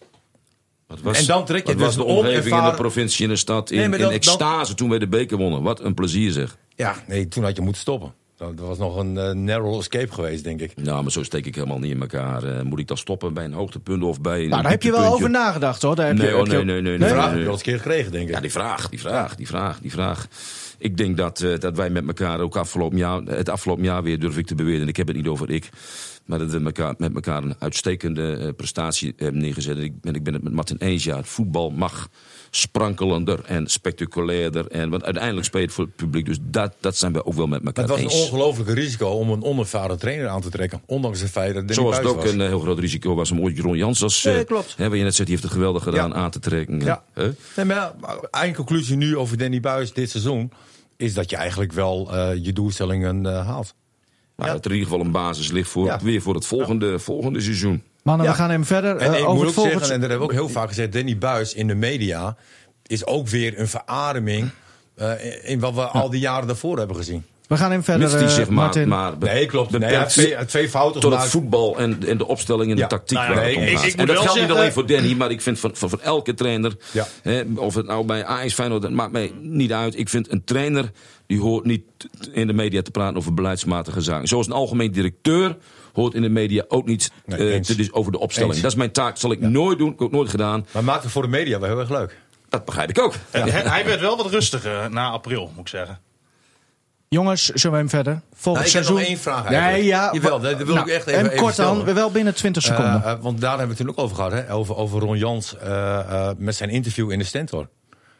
Wat was, en dan trek je wat dus was de een omgeving onervaren... in de provincie, in de stad, in, Nee, dan, in extase toen wij de beker wonnen. Wat een plezier zeg. Ja, nee, toen had je moeten stoppen. Dat was nog een uh, narrow escape geweest, denk ik. Nou, maar zo steek ik helemaal niet in elkaar. Uh, moet ik dan stoppen bij een hoogtepunt of bij een nou, daar heb je wel over nagedacht, hoor. Daar heb nee, je, oh, heb je nee, nee, nee, Die nee, vraag nee, heb nee. je al eens een keer gekregen, denk ik. Ja, die vraag, die vraag, die vraag, die vraag. ik denk dat, uh, dat wij met elkaar ook afgelopen jaar, het afgelopen jaar weer durf ik te beweren. En ik heb het niet over ik. Maar dat we elkaar, met elkaar een uitstekende uh, prestatie hebben neergezet. En ik, en ik ben het met Martin eens. Ja, het voetbal mag sprankelender en spectaculairder. En, want uiteindelijk speelt het voor het publiek. Dus dat, dat zijn we ook wel met elkaar eens. Het was een ongelooflijk risico om een onervaren trainer aan te trekken. Ondanks het feit dat Danny Zoals Buijs het ook was. een uh, heel groot risico was om ooit Ron Jans als... Nee, uh, klopt. Hè, wat je net zegt, die heeft het geweldig gedaan Ja. aan te trekken. Ja. Huh? Nee, maar eindconclusie nu over Danny Buijs dit seizoen is dat je eigenlijk wel uh, je doelstellingen uh, haalt. Nou, dat er in ieder geval een basis ligt voor, Ja. weer voor het volgende, ja. volgende seizoen. Mannen, Ja. we gaan hem verder En uh, ik over moet het ook volgende... zeggen, en dat hebben we ook heel vaak gezegd, Danny Buijs in de media is ook weer een verademing uh, in wat we ja. al die jaren daarvoor hebben gezien. We gaan hem verder, Mits die uh, zich maar, Martin. maar be- Nee, klopt. Nee, hij beperkt heeft twee, twee fouten tot gemaakt. het voetbal en, en de opstelling en de Ja. tactiek Nou ja, waar nee, het om ik- gaat. ik moet en dat wel geldt niet zeggen- alleen voor Danny, maar ik vind van, van, van elke trainer, Ja. hè, of het nou bij Ajax, Feyenoord, dat maakt mij niet uit. Ik vind een trainer, die hoort niet in de media te praten over beleidsmatige zaken. Zoals een algemeen directeur hoort in de media ook niet Nee, uh, eens. te, dus over de opstelling. Eens. Dat is mijn taak, dat zal ik nooit doen, ik heb ook nooit gedaan. Maar maakt het voor de media wel heel erg leuk. Dat begrijp ik ook. Hij, hij werd wel wat rustiger na april, moet ik zeggen. Jongens, zullen we hem verder? Volgend Nou, ik heb seizoen... nog één vraag eigenlijk. Nee, ja. Jawel, dat wil ik echt even- En even kort stellen. dan, wel binnen twintig seconden. Uh, uh, want daar hebben we het toen ook over gehad, hè? Over, over Ron Jans uh, uh, met zijn interview in de Stentor.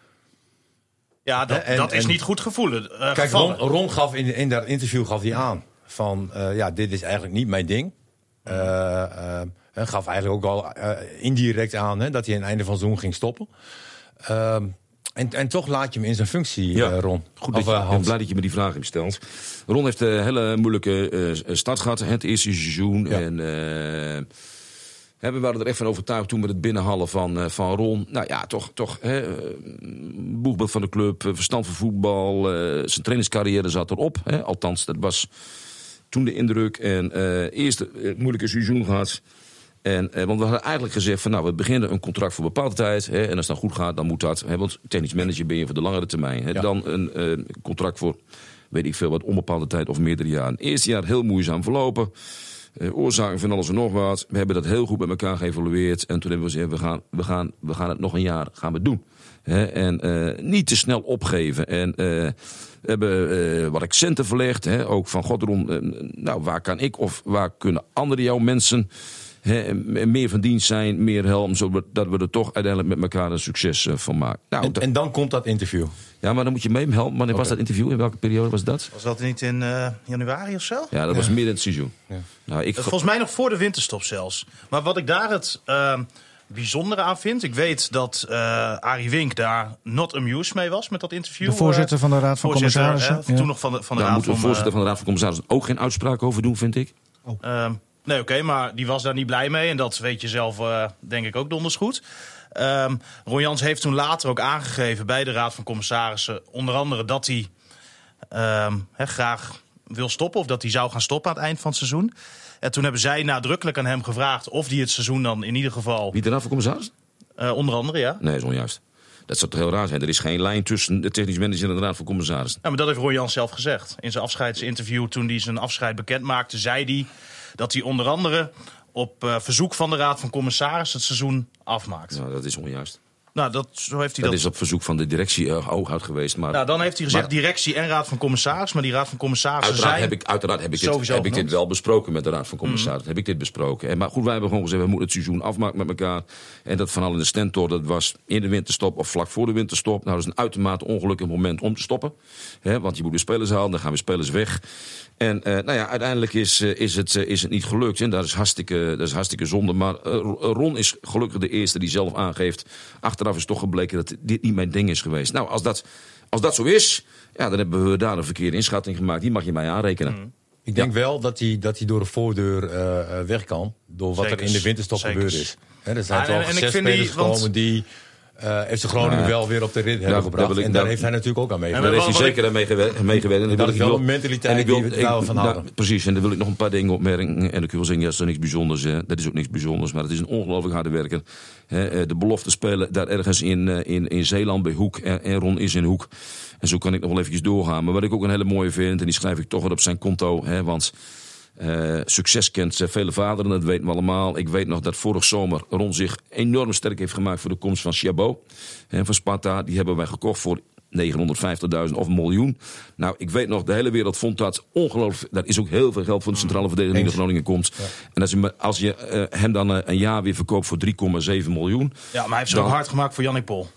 Ja, dat, En- dat is en- niet goed gevoelen. Uh, Kijk, Ron, gevallen. Ron gaf in, in dat interview gaf hij aan van, uh, ja, dit is eigenlijk niet mijn ding. Uh, uh, en gaf eigenlijk ook al uh, indirect aan hè, dat hij aan het einde van het seizoen ging stoppen. Uh, en, en toch laat je hem in zijn functie, Ja. uh, Ron. Goed dat Of, je, uh, ik ben Hans. blij dat je me die vraag hebt gesteld. Ron heeft een hele moeilijke uh, start gehad, het eerste seizoen. Ja. En, uh, hè, we waren er echt van overtuigd toen met het binnenhalen van, uh, van Ron. Nou ja, toch, toch hè, uh, boegbeeld van de club, uh, verstand van voetbal. Uh, zijn trainingscarrière zat erop. Hè. Althans, dat was toen de indruk. En uh, eerst het moeilijke seizoen gehad. En, eh, want we hadden eigenlijk gezegd van nou, we beginnen een contract voor bepaalde tijd. Hè, en als het dan goed gaat, dan moet dat. Hè, want technisch manager ben je voor de langere termijn. Hè, Ja. Dan een uh, contract voor, weet ik veel wat, onbepaalde tijd of meerdere jaren. Het eerste jaar heel moeizaam verlopen. Uh, oorzaken van alles en nog wat. We hebben dat heel goed met elkaar geëvalueerd. En toen hebben we gezegd, we gaan, we gaan, we gaan het nog een jaar gaan we doen. Hè, en uh, niet te snel opgeven. En uh, we hebben uh, wat accenten verlegd. Hè, ook van God Ron, uh, nou, waar kan ik of waar kunnen andere jouw mensen... He, meer van dienst zijn, meer helpen, zodat we er toch uiteindelijk met elkaar een succes uh, van maken. Nou, En, dat- en dan komt dat interview. ja, maar dan moet je mee helpen. Wanneer was Oké. dat interview? In welke periode was dat? Was dat niet in uh, januari of zo? Ja, dat was midden in het seizoen. Ja. Nou, ik Dat volgens mij nog voor de winterstop zelfs. Maar wat ik daar het uh, bijzondere aan vind... Ik weet dat uh, Arie Wink daar not amused mee was met dat interview. De voorzitter Uh, van de Raad van voorzitter, Commissarissen. hè, Ja. Toen nog van de, van de daar Raad moeten we van... voorzitter van de Raad van Commissarissen ook geen uitspraak over doen, vind ik. Uh, nee, oké, okay, maar die was daar niet blij mee. En dat weet je zelf, uh, denk ik, ook donders goed. Um, Ron Jans heeft toen later ook aangegeven bij de Raad van Commissarissen... onder andere dat hij um, he, graag wil stoppen... of dat hij zou gaan stoppen aan het eind van het seizoen. En toen hebben zij nadrukkelijk aan hem gevraagd... of hij het seizoen dan in ieder geval... Wie de Raad van Commissarissen? Uh, onder andere, ja. Nee, dat is onjuist. Dat zou toch heel raar zijn. Er is geen lijn tussen de technisch manager en de Raad van Commissarissen. Ja, maar dat heeft Ron Jans zelf gezegd. In zijn afscheidsinterview, toen hij zijn afscheid bekend maakte... zei hij dat hij onder andere op uh, verzoek van de Raad van Commissarissen... het seizoen afmaakt. Nou, dat is onjuist. Nou, dat, zo heeft hij Dat dat... is op verzoek van de directie uh, Hooghout geweest. Maar Nou, dan heeft hij gezegd maar- directie en Raad van Commissarissen. Maar die Raad van Commissarissen Uiteraard zijn... heb ik, uiteraard heb ik, dit, sowieso heb ik dit genoemd. wel besproken met de Raad van Commissarissen. Mm. Heb ik dit besproken. En, maar goed, wij hebben gewoon gezegd, we moeten het seizoen afmaken met elkaar. En dat verhaal in de Stentor, dat was in de winterstop of vlak voor de winterstop. Nou, dat is een uitermate ongelukkig moment om te stoppen. Hè, want je moet weer spelers halen, dan gaan weer spelers weg. En uh, nou ja, uiteindelijk is, uh, is, het, uh, is het niet gelukt. En dat is hartstikke, dat is hartstikke zonde. Maar uh, Ron is gelukkig de eerste die zelf aangeeft. Achteraf is toch gebleken dat dit niet mijn ding is geweest. Nou, als dat, als dat zo is, ja, dan hebben we daar een verkeerde inschatting gemaakt. Die mag je mij aanrekenen. Mm. Ik denk wel dat hij, dat hij door de voordeur uh, weg kan. Door wat Zekers. er in de winterstop Zekers. gebeurd is. He, er zijn Ah, toch en- en ik zes vind spelers die- want- gekomen die uh, F C Groningen Ja. wel weer op de rit hebben daar gebracht. wil ik- en daar daar- heeft hij natuurlijk ook aan En Daar we- heeft hij wat ik- zeker aan meegewerkt. meegewerkt. En dat wil is ik wel wil- een mentaliteit en ik wil- die we ik- daarvan nou, houden. Precies, en dan wil ik nog een paar dingen opmerken. En ik wil zeggen, ja, dat is toch niks bijzonders. Hè. Dat is ook niks bijzonders, maar het is een ongelooflijk harde werker. Hè, de belofte spelen daar ergens in, in, in Zeeland bij Hoek. En, en Ron is in Hoek. En zo kan ik nog wel eventjes doorgaan. Maar wat ik ook een hele mooie vind, en die schrijf ik toch wel op zijn konto. Hè, want uh, succes kent uh, vele vaderen, dat weten we allemaal. Ik weet nog dat vorig zomer Ron zich enorm sterk heeft gemaakt voor de komst van Chabot. Hè, van Sparta. Die hebben wij gekocht voor negenhonderdvijftigduizend of een miljoen. Nou, ik weet nog, de hele wereld vond dat ongelooflijk. Dat is ook heel veel geld voor de centrale verdediging die naar Groningen komt. Ja. En als je, als je uh, hem dan uh, een jaar weer verkoopt voor drie komma zeven miljoen. Ja, maar hij heeft ze dan... ook hard gemaakt voor Jannik Pol.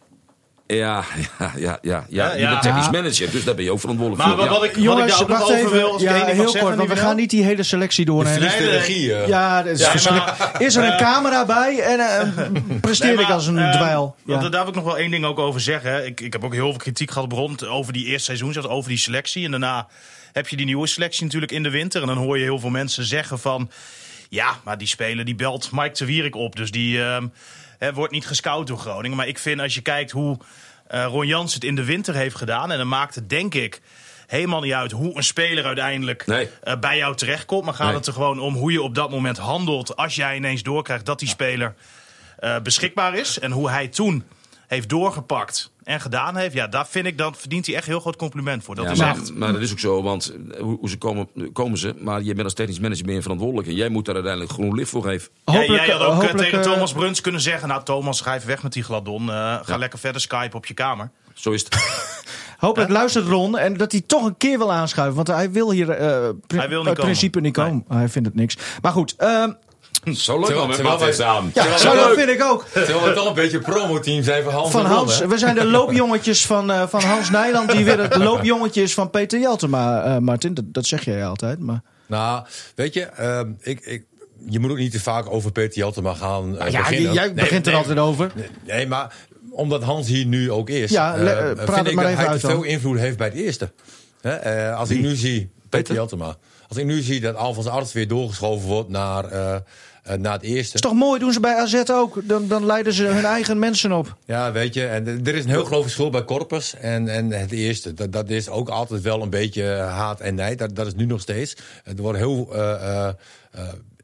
Ja, ja, ja, ja, ja. Je ja, bent technisch ja. manager, dus daar ben je ook verantwoordelijk maar voor. Maar wat, ja. ik, wat Jongens, ik daar ook nog wacht over even. wil, als Ja, ik één ding heel mag kort, zeggen, want we gaan niet die hele selectie doorheen. De de regie. Uh. Ja, dat is Ja, verschrikkelijk. maar, Is er een uh, camera bij en uh, presteer nee, ik maar, als een uh, dweil. Want Ja. daar wil ik nog wel één ding ook over zeggen. Ik, ik heb ook heel veel kritiek gehad rond over die eerste seizoen, zelfs over die selectie. En daarna heb je die nieuwe selectie natuurlijk in de winter. En dan hoor je heel veel mensen zeggen van... Ja, maar die speler die belt Mike de Wierik op. Dus die uh, he, wordt niet gescout door Groningen. Maar ik vind als je kijkt hoe... Uh, Ron Jans het in de winter heeft gedaan. En dan maakt het, denk ik, helemaal niet uit hoe een speler uiteindelijk nee. uh, bij jou terechtkomt. Maar gaat nee. het er gewoon om hoe je op dat moment handelt. Als jij ineens doorkrijgt dat die speler uh, beschikbaar is. En hoe hij toen heeft doorgepakt en gedaan heeft. Ja, daar vind ik, dan verdient hij echt heel groot compliment voor. Dat ja, is maar, echt... maar dat is ook zo, want hoe, hoe ze komen, komen ze. Maar je bent als technisch manager ben je verantwoordelijk. En jij moet daar uiteindelijk groen licht voor geven. Hopelijk, ja, jij had ook hopelijk, tegen uh, Thomas Bruns kunnen zeggen... Nou, Thomas, ga even weg met die gladon. Uh, ga ja. lekker verder skypen op je kamer. Zo is het. Hopelijk luistert Ron en dat hij toch een keer wil aanschuiven. Want hij wil hier uh, pri- hij wil niet uit principe niet komen. Nee. Hij vindt het niks. Maar goed... Uh, Zo leuk om met Matt samen. Ja, zo dat vind ik ook. Terwijl we toch een beetje promoteam zijn van Hans Van en Ron, Hans, hè? we zijn de loopjongetjes van, uh, van Hans Nijland... die weer het loopjongetje is van Peter Jeltema, uh, Martin. Dat, dat zeg jij altijd, maar... Nou, weet je, uh, ik, ik, je moet ook niet te vaak over Peter Jeltema gaan uh, ja, beginnen. jij begint nee, er nee, altijd over. Nee, nee, maar omdat Hans hier nu ook is... Ja, uh, le- praat vind het ik maar dat even hij uit te dan. veel invloed heeft bij het eerste. Hè, uh, als ik nu zie, Peter Jeltema... Als ik nu zie dat Alfons Arts weer doorgeschoven wordt naar... Uh, Uh, na het eerste. Is toch mooi, doen ze bij A Z ook. Dan, dan leiden ze hun eigen mensen op. Ja, weet je, en er is een heel groot verschil bij Korpers en, en het eerste. Dat, dat is ook altijd wel een beetje haat en nijd. Dat, dat is nu nog steeds. Er wordt heel uh, uh, uh,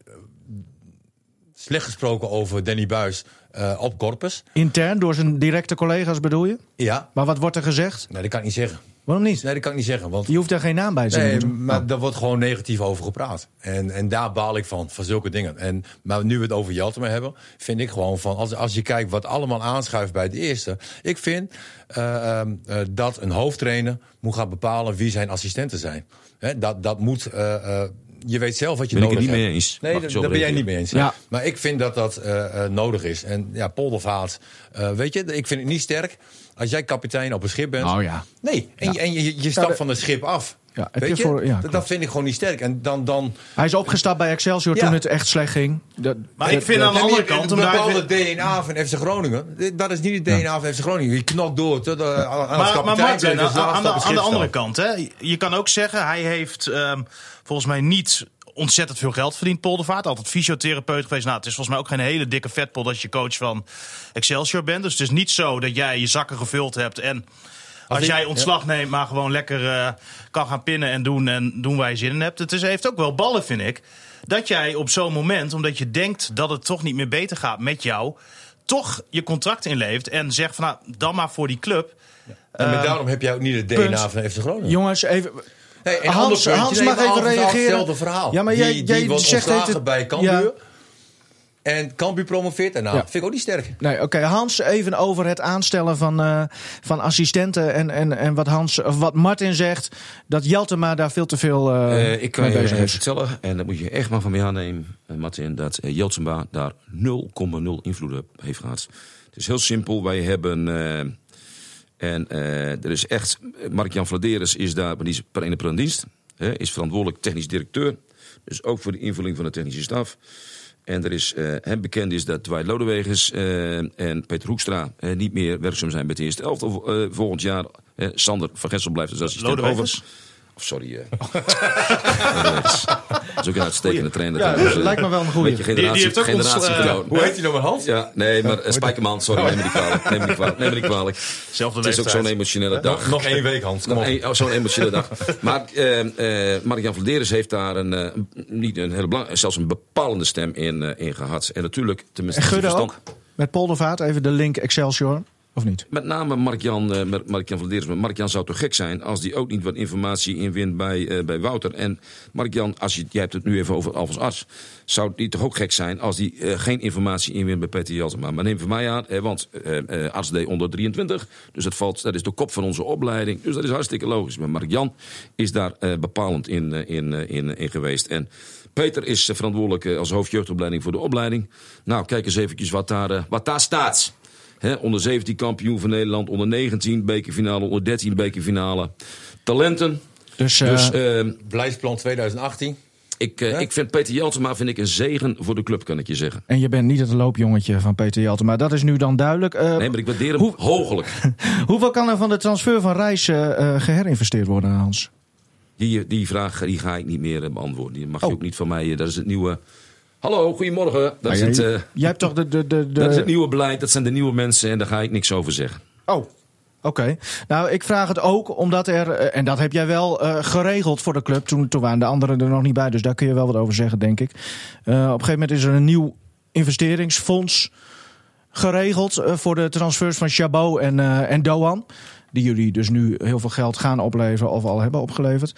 slecht gesproken over Danny Buis uh, op Korpers. Intern, door zijn directe collega's bedoel je? Ja. Maar wat wordt er gezegd? Nee, dat kan ik niet zeggen. Waarom niet? Nee, dat kan ik niet zeggen. Want... Je hoeft daar geen naam bij te Nee, zeggen. maar oh. daar wordt gewoon negatief over gepraat. En, en daar baal ik van, van zulke dingen. En, maar nu we het over Jeltema hebben, vind ik gewoon van... Als, als je kijkt wat allemaal aanschuift bij het eerste... Ik vind uh, uh, dat een hoofdtrainer moet gaan bepalen wie zijn assistenten zijn. He, dat, dat moet... Uh, uh, je weet zelf wat je ben nodig hebt. Ben ik het niet mee eens. Nee, daar ben jij niet mee eens. Ja. Maar ik vind dat dat uh, uh, nodig is. En ja, Poldervaart, uh, weet je, ik vind het niet sterk... Als jij kapitein op een schip bent... Oh ja. Nee, en, Ja. je, en je, je stapt Ja, de, van het schip af. Ja, heb Weet je je? voor, ja, dat, dat vind ik gewoon niet sterk. En dan, dan... Hij is opgestapt bij Excelsior Ja. toen het echt slecht ging. Dat, Maar dat, ik vind dat, aan de andere kant... Een om daar bepaalde even- D N A van F C Groningen. Dat is niet het D N A van F C Groningen. Je knokt door. Tot, uh, als Maar, maar kapitein Martin, blijft als aan, laatste aan de, op het aan de schip andere staan. kant, hè, je kan ook zeggen... hij heeft um, volgens mij niet ontzettend veel geld verdiend, Poldervaart. Altijd fysiotherapeut geweest. Nou, het is volgens mij ook geen hele dikke vetpol... dat je coach van Excelsior bent. Dus het is niet zo dat jij je zakken gevuld hebt... en als ik- jij ontslag ja. neemt, maar gewoon lekker uh, kan gaan pinnen en doen... en doen waar je zin in hebt. Het is, heeft ook wel ballen, vind ik. Dat jij op zo'n moment, omdat je denkt dat het toch niet meer beter gaat met jou... toch je contract inlevert en zegt van nou, dan maar voor die club. En met Uh, daarom heb jij ook niet het D N A punt. van F C Groningen. jongens, even... Nee, en Hans- ander puntje, Hans nee, mag maar even Alfons Arts, reageren. Hetzelfde verhaal. Ja, maar jij- die, jij die wordt zegt ontslagen het- bij Cambuur. Ja. En Cambuur promoveert daarna. Ja. Vind ik ook niet sterk. Nee, oké. Okay, Hans, even over het aanstellen van, uh, van assistenten en, en, en wat, Hans, of wat Martin zegt, dat Jeltema daar veel te veel uh, Uh, ik kan mee je bezig even is. vertellen, en dat moet je echt maar van mij aannemen, uh, Martin, dat uh, Jeltema daar nul komma nul invloed op heeft gehad. Het is heel simpel. Wij hebben... Uh, en uh, er is echt... Mark-Jan Vladeres is daar die is per ene per een dienst. Hè, is verantwoordelijk technisch directeur. Dus ook voor de invulling van de technische staf. En er is uh, hem bekend is dat Dwight Lodewegers uh, en Peter Hoekstra uh, niet meer werkzaam zijn bij de eerste elftal uh, volgend jaar. Uh, Sander van Gessel blijft als assistent Lodewegers? over. Of sorry. Uh, Lodewegers. Dat is ook een uitstekende trainer. Ja, trouwens, dat uh, lijkt me wel een goeie. Beetje Die- die generatie, heeft ook ons, generatie uh, verloren. Hoe heet hij nou maar, Hans? Ja, nee, maar uh, Spijkerman, sorry, neem me niet kwalijk. Neem me niet kwalijk. Neem me niet kwalijk. Zelfde Het is ook leeftijd. zo'n emotionele dag. Nog, nog één week, Hans. Kom Nog op. een, oh, zo'n emotionele dag. Maar uh, uh, Mark-Jan Vladeres heeft daar een, uh, niet een hele belang, zelfs een bepalende stem in, uh, in gehad. En natuurlijk, tenminste, En Gudde verstand- ook? Met Poldervaart, even de link Excelsior. Of niet? Met name Mark-Jan, uh, Mark-Jan van der Deers. Maar Mark-Jan zou toch gek zijn als die ook niet wat informatie inwint bij, uh, bij Wouter. En Mark-Jan, als je, jij hebt het nu even over Alfons Arts. Zou die toch ook gek zijn als die uh, geen informatie inwint bij Peter Jeltema. Maar neem van mij aan, hè, want uh, uh, Arts deed onder drieëntwintig. Dus dat, valt, dat is de kop van onze opleiding. Dus dat is hartstikke logisch. Maar Mark-Jan is daar uh, bepalend in, uh, in, uh, in, in geweest. En Peter is uh, verantwoordelijk uh, als hoofdjeugdopleiding voor de opleiding. Nou, kijk eens eventjes wat daar, uh, wat daar staat. He, onder zeventien kampioen van Nederland, onder negentien bekerfinale, onder dertien bekerfinale. Talenten. Dus, uh, dus uh, Beleidsplan twintig achttien. Ik, uh, ja? ik vind Peter Jeltema vind ik een zegen voor de club, kan ik je zeggen. En je bent niet het loopjongetje van Peter Jeltema. Dat is nu dan duidelijk. Uh, nee, maar ik waardeer hem hoe, hoogelijk. Hoeveel kan er van de transfer van Reis uh, uh, geherinvesteerd worden, Hans? Die, die vraag die ga ik niet meer uh, beantwoorden. Die mag oh. je ook niet van mij. Uh, dat is het nieuwe... Hallo, goedemorgen. Dat, nou, is jij, het, uh, jij hebt toch de, de, de, de... dat is het nieuwe beleid, dat zijn de nieuwe mensen en daar ga ik niks over zeggen. Oh, oké. Okay. Nou, ik vraag het ook omdat er, en dat heb jij wel uh, geregeld voor de club, toen, toen waren de anderen er nog niet bij, dus daar kun je wel wat over zeggen, denk ik. Uh, op een gegeven moment is er een nieuw investeringsfonds geregeld uh, voor de transfers van Chabot en, uh, en Doan, die jullie dus nu heel veel geld gaan opleveren of al hebben opgeleverd.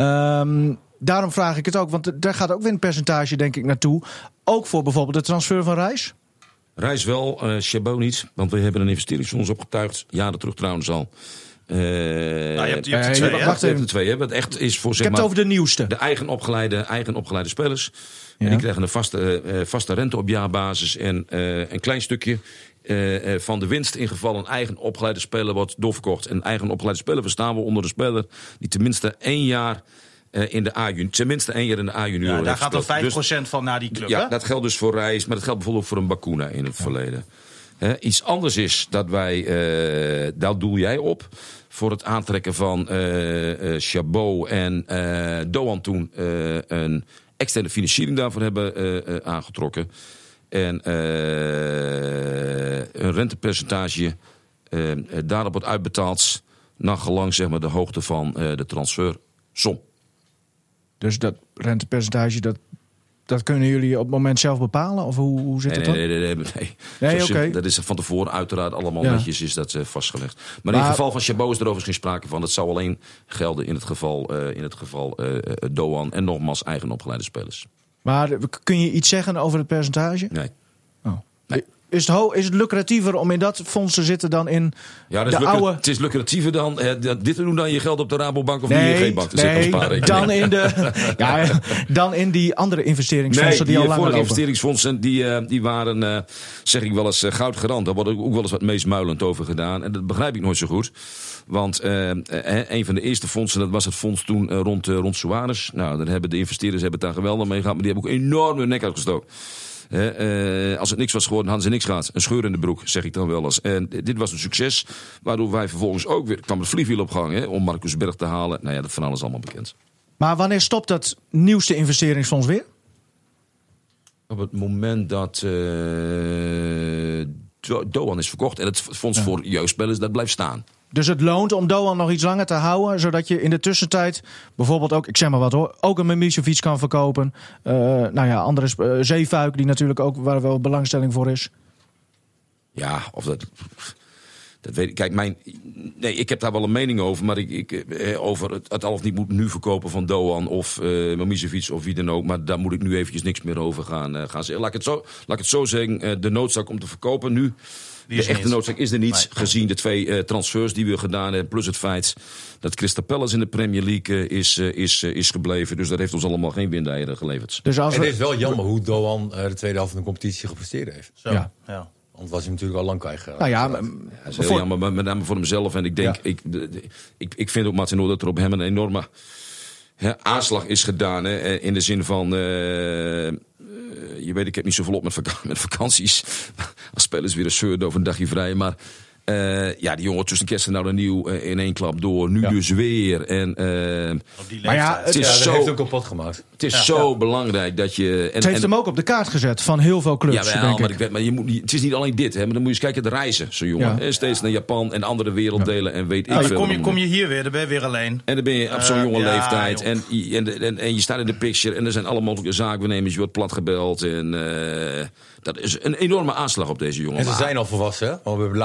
Um, Daarom vraag ik het ook, want daar gaat ook weer een percentage, denk ik, naartoe. Ook voor bijvoorbeeld de transfer van Reis? Reis wel, uh, Chabot niet. Want we hebben een investeringsfonds opgetuigd. Jaren terug trouwens al. Uh, nou, je hebt, je hebt uh, de twee, je hè? wacht even. de twee hebben. Het echt is voor, ik zeg heb maar, het over de nieuwste. De eigen opgeleide, eigen opgeleide spelers. Ja. En die krijgen een vaste, uh, vaste rente op jaarbasis. En uh, een klein stukje uh, uh, van de winst in geval een eigen opgeleide speler wordt doorverkocht. En eigen opgeleide speler verstaan we onder de speler die tenminste één jaar... Uh, in de A-junior, tenminste één jaar in de A-junior. Ja, daar gaat dan gespeeld. vijf procent dus, van naar die club, ja, hè? dat geldt dus voor Reis, maar dat geldt bijvoorbeeld ook voor een Bakuna in het ja. verleden. He, iets anders is dat wij, uh, daar doel jij op, voor het aantrekken van uh, uh, Chabot en uh, Doan toen uh, een externe financiering daarvoor hebben uh, uh, aangetrokken. En uh, een rentepercentage uh, daarop wordt uitbetaald naar gelang, zeg maar, de hoogte van uh, de transfersom. Dus dat rentepercentage, dat, dat kunnen jullie op het moment zelf bepalen? Of hoe, hoe zit nee, het dan? Nee, nee, nee. nee, nee. nee Zo, okay. Dat is van tevoren uiteraard allemaal ja. netjes is dat, uh, vastgelegd. Maar, maar in het geval van Chabot is er overigens geen sprake van. Dat zou alleen gelden in het geval, uh, in het geval uh, Doan en nogmaals eigen opgeleide spelers. Maar kun je iets zeggen over het percentage? Nee. Oh. Nee. Is het, ho- is het lucratiever om in dat fonds te zitten dan in ja, de lucra- oude... Het is lucratiever dan uh, dit te doen dan je geld op de Rabobank of nee, de I N G-bank te nee, zetten. Dan in, de, ja, dan in die andere investeringsfondsen nee, die, die al langer lopen. investeringsfondsen die, uh, die waren, uh, zeg ik wel eens, uh, goudgarant. Daar wordt ook wel eens wat meesmuilend over gedaan. En dat begrijp ik nooit zo goed. Want uh, uh, een van de eerste fondsen, dat was het fonds toen uh, rond, uh, rond Suarez. Nou, dan hebben de investeerders hebben het daar geweldig mee gehad. Maar die hebben ook enorm hun nek uitgestoken. Uh, uh, als het niks was geworden, hadden ze niks gehad. Een scheur in de broek, zeg ik dan wel eens. En dit was een succes, waardoor wij vervolgens ook weer... kwam het vliegwiel op gang, hè, om Marcus Berg te halen. Nou ja, dat van alles allemaal bekend. Maar wanneer stopt dat nieuwste investeringsfonds weer? Op het moment dat uh, Doan is verkocht... en het fonds ja. voor jeugdspelers, dat blijft staan. Dus het loont om Doan nog iets langer te houden, zodat je in de tussentijd bijvoorbeeld ook, ik zeg maar wat hoor, ook een Mimicevic kan verkopen. Uh, nou ja, andere uh, Zeefuik, die natuurlijk ook waar wel belangstelling voor is. Ja, of dat... Dat weet ik. Kijk, mijn, nee, ik heb daar wel een mening over. Maar ik, ik, over het, het al of niet moet nu verkopen van Doan of uh, Mimicevic of wie dan ook. Maar daar moet ik nu eventjes niks meer over gaan, uh, gaan zeggen. Laat ik, het zo, laat ik het zo zeggen. Uh, de noodzaak om te verkopen nu. De echte niet. noodzaak is er niet. Nee. Gezien de twee uh, transfers die we gedaan hebben. Plus het feit dat Crystal Palace in de Premier League uh, is, uh, is, uh, is gebleven. Dus dat heeft ons allemaal geen windeieren geleverd. Dus als we... we... Het is wel jammer hoe Doan uh, de tweede helft van de competitie gepresteerd heeft. Zo, ja. ja. Want was hij natuurlijk al lang kwijt. Nou ja, ja, dat is heel voor... jammer, met name voor hemzelf. En ik denk, ja. ik, ik, ik vind ook Martin Noor dat er op hem een enorme hè, aanslag is gedaan. Hè, in de zin van, uh, uh, je weet, ik heb niet zoveel op met, vak- met vakanties. Als spelers weer een zeurd over een dagje vrij. Maar uh, ja, die jongen tussen kerst en nou nieuw uh, in één klap door. Nu ja. dus weer. En, uh, op die maar ja, het is ja, zo, heeft ook kapot gemaakt. Het is ja, zo ja. belangrijk dat je... En, het heeft en, hem ook op de kaart gezet van heel veel clubs. Ja, wel, denk maar, ik. ik weet, maar je moet niet, het is niet alleen dit. Hè, maar dan moet je eens kijken, de reizen, zo'n jongen. Ja. Steeds naar Japan en andere werelddelen ja. en weet nou, ik veel. Kom je, kom je hier weer, dan ben je weer alleen. En dan ben je op zo'n jonge uh, ja, leeftijd. En, en, en, en je staat in de picture en er zijn alle mogelijke zaakbenemers. Je wordt platgebeld. En uh, dat is een enorme aanslag op deze jongen. En ze zijn al volwassen, hè? Want we hebben de laatste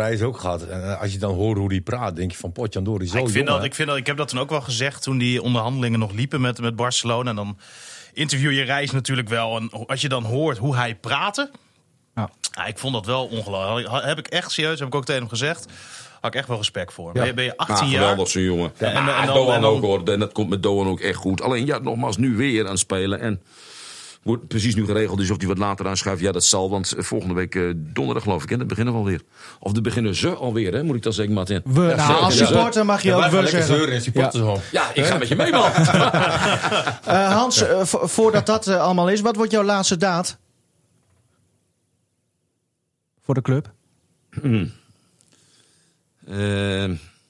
reis ook gehad. En uh, als je dan hoort hoe hij praat, denk je van potjandori, zo ik vind jong, dat, ik, vind dat, ik heb dat toen ook wel gezegd toen die onderhandelingen nog liepen met, met Barcelona. En dan interview je Reis natuurlijk wel. En als je dan hoort hoe hij praatte... Ja. Ja, ik vond dat wel ongelooflijk. Heb ik echt serieus, heb ik ook tegen hem gezegd... Had ik echt wel respect voor. Ja. Ben, je, ben je achttien ah, jaar? Geweldig zo'n jongen. Ja, en, en, en, en, Doan en dan, ook hoor. En dat komt met Doan ook echt goed. Alleen ja, nogmaals, nu weer aan het spelen. En wordt precies nu geregeld. Dus of hij wat later aanschuift, ja dat zal. Want volgende week uh, donderdag geloof ik. En dan beginnen we alweer. Of dan beginnen ze alweer, hè, moet ik dan zeggen, Martin. We, ja, nou, als supporter mag je ja, ook wel zeggen. Zeuren in supporters ja. ja, ik ga met je mee, man. uh, Hans, uh, vo- voordat dat uh, allemaal is, wat wordt jouw laatste daad? Voor de club? Hmm. Uh,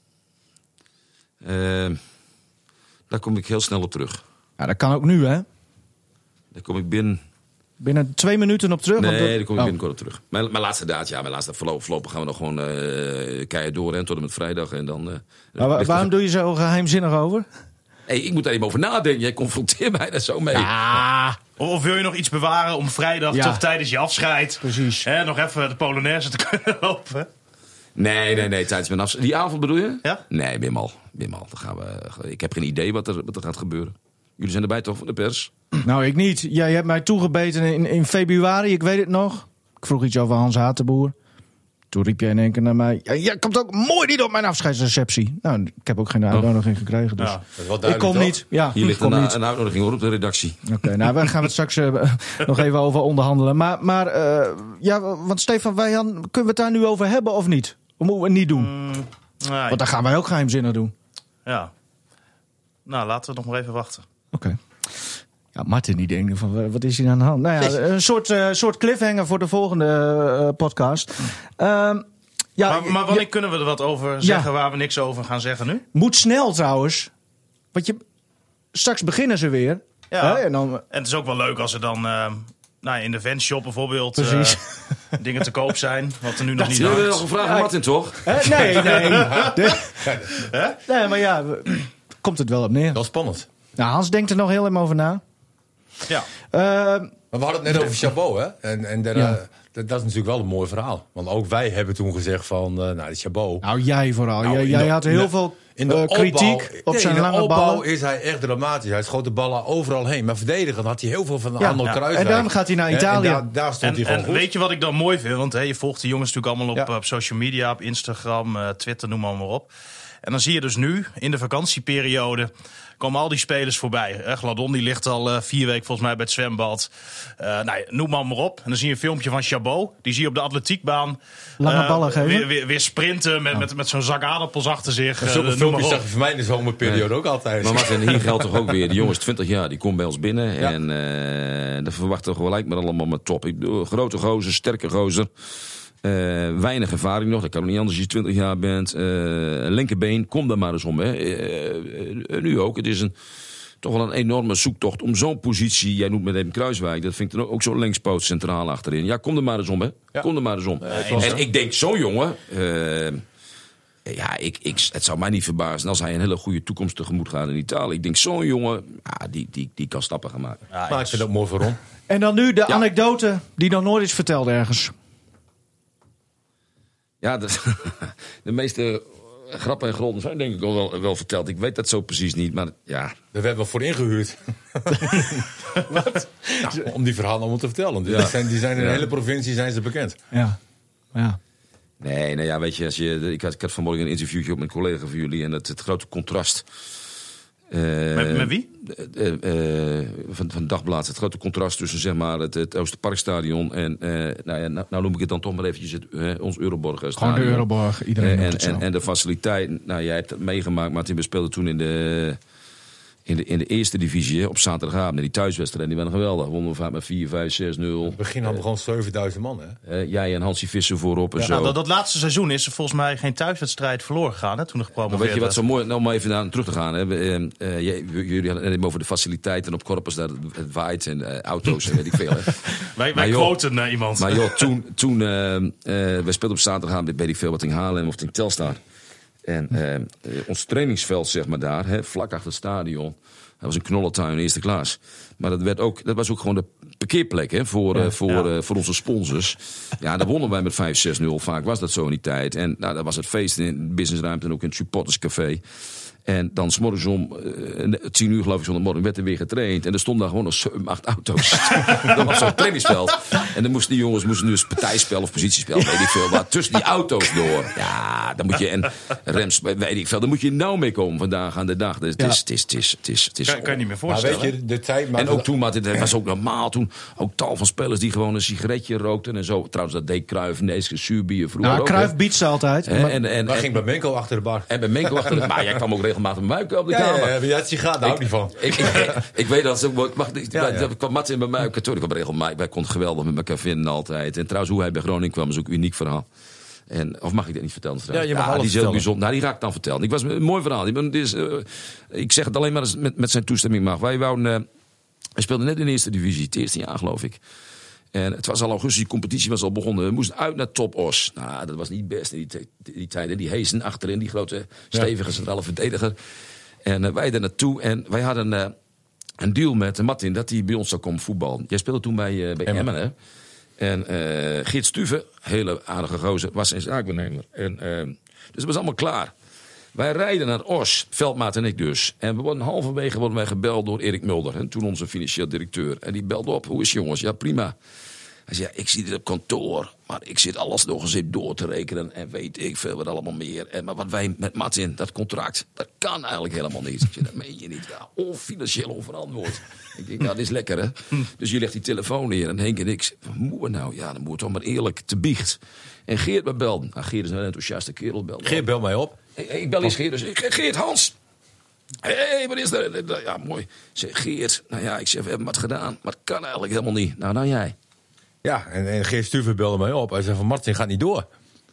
uh, daar kom ik heel snel op terug. Ja, dat kan ook nu, hè? Daar kom ik binnen... Binnen twee minuten op terug? Nee, de... daar kom ik oh. binnenkort op terug. Mijn, mijn laatste daad, ja, mijn laatste voorlopig gaan we nog gewoon uh, keihard door en tot en met vrijdag. En dan, uh, maar wa- waarom doe je zo geheimzinnig over? Hey, ik moet daar even over nadenken. Jij confronteert mij daar zo mee. Ja. Of wil je nog iets bewaren om vrijdag ja. toch tijdens je afscheid... Precies. Hè, nog even de Polonaise te kunnen lopen? Nee, nee, nee. Tijdens mijn afscheid. Die avond bedoel je? Ja? Nee, Wimmal. Wimmal. Dan gaan we, ik heb geen idee wat er, wat er gaat gebeuren. Jullie zijn erbij toch van de pers? Nou, ik niet. Jij hebt mij toegebeten in, in februari, ik weet het nog. Ik vroeg iets over Hans Hatenboer. Toen riep jij in één keer naar mij... Ja, jij komt ook mooi niet op mijn afscheidsreceptie. Nou, ik heb ook geen uitnodiging oh. gekregen. Dus ja. ik kom toch? niet. Ja, Hier ligt kom een, niet. een uitnodiging hoor, op de redactie. Oké, okay, nou, daar gaan we het straks uh, nog even over onderhandelen. Maar, maar uh, ja, want Stefan, wij han, kunnen we het daar nu over hebben of niet? Of moeten we het niet doen? Mm, nee. Want dan gaan wij ook geheimzinnig doen. Ja. Nou, laten we nog maar even wachten. Oké. Okay. Ja, Martin die denkt van, wat is hier aan de hand? Nou ja, een soort, uh, soort cliffhanger voor de volgende uh, podcast. Uh, ja, maar, maar wanneer ja, kunnen we er wat over zeggen ja. waar we niks over gaan zeggen nu? Moet snel trouwens. Want je, straks beginnen ze weer. Ja, hè, en, dan, en het is ook wel leuk als er dan uh, nou, in de fanshop bijvoorbeeld uh, dingen te koop zijn. Wat er nu nog niet hangt. hangt. Dat is gevraagd aan Martin, toch? Hè? Nee, nee. de, nee, maar ja, komt het wel op neer. Dat is spannend. Nou, Hans denkt er nog heel even over na. Ja. Uh, maar we hadden het net over Chabot, hè? En, en daar, ja. uh, dat, dat is natuurlijk wel een mooi verhaal. Want ook wij hebben toen gezegd van, uh, nou, die Chabot... Nou, jij vooral. Nou, jij jij de, had heel de, veel in de uh, opbouw, kritiek op nee, zijn in de lange opbouw ballen. is hij echt dramatisch. Hij schoot de ballen overal heen. Maar verdedigend had hij heel veel van de ja, Arnold ja. Kruijswijk. En daarom gaat hij naar Italië. En, en daar, daar stond En, hij gewoon en goed. weet je wat ik dan mooi vind? Want hè, je volgt die jongens natuurlijk allemaal op, Ja. op social media, op Instagram, uh, Twitter, noem maar, maar op. En dan zie je dus nu, in de vakantieperiode, komen al die spelers voorbij. Eh, Gladon die ligt al uh, vier weken volgens mij bij het zwembad. Uh, nou, noem maar, maar op. En dan zie je een filmpje van Chabot. Die zie je op de atletiekbaan lange uh, ballen geven. Weer, weer, weer sprinten met, oh. met, met zo'n zak aardappels achter zich. Uh, Zulke uh, filmpjes zag je voor mij in de zomerperiode nee. ook altijd. Maar Martin, hier geldt toch ook weer. Die jongens twintig jaar, die komt bij ons binnen. Ja. En uh, dan verwachten we gelijk maar allemaal met top. Ik bedoel, grote gozer, sterke gozer. Uh, weinig ervaring nog, dat kan ook niet anders als je twintig jaar bent. Uh, linkerbeen, kom daar maar eens om. Hè. Uh, uh, nu ook, het is een, toch wel een enorme zoektocht om zo'n positie... Jij noemt met even Kruijswijk, dat vind ik dan ook zo'n linkspoot centraal achterin. Ja, kom er maar eens om, hè. Ja. Kom er maar eens om. Uh, en ik denk, zo'n jongen... Uh, ja, ik, ik, het zou mij niet verbazen als hij een hele goede toekomst tegemoet gaat in Italië. Ik denk, zo'n jongen, ja, die, die, die kan stappen gaan maken. Ja, maar ik vind het ook mooi voor Ron. En dan nu de ja. anekdote die nog nooit is verteld ergens. Ja, de, de meeste grappen en gronden zijn denk ik al wel, wel verteld. Ik weet dat zo precies niet, maar ja. Daar werden we voor ingehuurd. Wat? Nou, om die verhalen allemaal te vertellen. Die, ja. zijn, die zijn in de ja. hele provincie zijn ze bekend. Ja, ja. Nee, nou ja, weet je, als je ik, had, ik had vanmorgen een interviewtje op met een collega van jullie... en het, het grote contrast... Uh, met, met wie? Uh, uh, van, van Dagblad. Het grote contrast tussen zeg maar, het, het Oosterparkstadion en... Uh, nou, ja, nou, nou noem ik het dan toch maar eventjes het, uh, ons Euroborg stadion. Gewoon de Euroborg, iedereen uh, en, en, en de faciliteit. Nou, jij hebt het meegemaakt, Martin. We speelden toen in de... In de, in de eerste divisie op zaterdagavond. En die thuiswedstrijden die waren geweldig. Wonnen we vaak met vier, vijf, zes, nul. In het begin hadden we uh, gewoon zevenduizend man. Hè? Uh, jij en Hansie Visser voorop en ja, zo. Nou, dat, dat laatste seizoen is er volgens mij geen thuiswedstrijd verloren gegaan. Hè, toen er gepromoveerd weet je wat werd. zo mooi... Nou, om even naar terug te gaan. Hè. Uh, uh, jullie hadden het net over de faciliteiten op Korpers. Dat het waait en uh, auto's en weet ik veel. Hè. wij wij quoten naar iemand. Maar joh, toen... toen uh, uh, we speelden op zaterdagavond bij die veel wat in Haarlem of in Telstar. En uh, uh, ons trainingsveld, zeg maar daar, hè, vlak achter het stadion... Dat was een knollentuin in eerste klas. Maar dat, werd ook, dat was ook gewoon de parkeerplek hè, voor, Ja, uh, voor, ja. uh, voor onze sponsors. Ja, daar wonnen wij met vijf zes nul. Vaak was dat zo in die tijd. En nou, dat was het feest in de businessruimte en ook in het supporterscafé. En dan 's morgens om uh, tien uur geloof ik zondagmorgen werd er weer getraind. En er stonden daar gewoon nog zeven, acht auto's. Dat was zo'n trainingsveld. En dan moesten die jongens moesten dus partijspel of positiespel, weet ik veel wat, tussen die auto's door. Ja, dan moet je, en rems, weet ik veel, dan moet je nou mee komen vandaag aan de dag. Dus het is, het is, het is, het is, het is Kan, kan je niet meer Maar voorstellen. weet je, de tijd... Maar en ook toen, maar het was ook normaal toen, ook tal van spelers die gewoon een sigaretje rookten en zo. Trouwens, dat deed Cruijff, Neeske, Zuurbier vroeger Nou, ook. Cruijff hè. biedt ze altijd. Hè, Maar- En, en, Waar en, ging bij Menko achter de bar? en bij Menko achter de, maar jij kwam ook regelmatig muiken op de Ja, kamer. ja, ja, ja, het sigaar, daar hou ik niet van. Ik, ik, ik weet dat ze ook. Mag, ik, Ja, ja. kwam Mats in bij mij op kantoor. Ik kwam regelmatig. Wij konden geweldig met elkaar vinden altijd. En trouwens, hoe hij bij Groningen kwam, is ook een uniek verhaal. En, of mag ik dat niet vertellen? Ja, je mag alles die is heel vertellen. bijzonder. Nou, die ga ik dan vertellen. Ik was een mooi verhaal. Die, dit is, uh, ik zeg het alleen maar als het met, met zijn toestemming mag. Wij wouden, uh, hij speelde net in de eerste divisie, het eerste jaar geloof ik. En het was al augustus, die competitie was al begonnen. We moesten uit naar Top Os. Nou, dat was niet best in die, t- die tijd. Die Heesen achterin, die grote, stevige centrale verdediger. En uh, wij daar naartoe. En wij hadden uh, een deal met Martin dat hij bij ons zou komen voetballen. Jij speelde toen bij, uh, bij Emmen, hè? En uh, Geert Stuve, hele aardige gozer, was zijn zaakbenemer. En, uh, dus het was allemaal klaar. Wij rijden naar Os, Veldmaat en ik dus. En we worden halverwege worden wij gebeld door Erik Mulder. En toen onze financieel directeur. En die belde op. Hoe is het, jongens? Ja, prima. Hij zei, ja, ik zit hier op kantoor. Maar ik zit alles nog eens in door te rekenen. En weet ik veel wat allemaal meer. En, maar wat wij met Martin, dat contract, dat kan eigenlijk helemaal niet. Ik zei, dat meen je niet. Ja, onfinancieel onverantwoord. Ik denk, nou, dit is lekker, hè. Dus je legt die telefoon neer. En Henk en ik, wat moeten we nou? Ja, dan moet het toch maar eerlijk te biecht. En Geert me belde. Nou, Geert is een enthousiaste kerel. Belde Geert, bel mij op. Hey, hey, ik bel eens Geert. Dus ik, Geert, Hans. Hé, hey, wat is er? Ja, mooi. Ik zeg, Geert, nou ja, ik zeg, we hebben wat gedaan. Maar het kan eigenlijk helemaal niet. Nou, nou jij. Ja, en, en Geert Stuver belde mij op. Hij zei van, Martin, gaat niet door.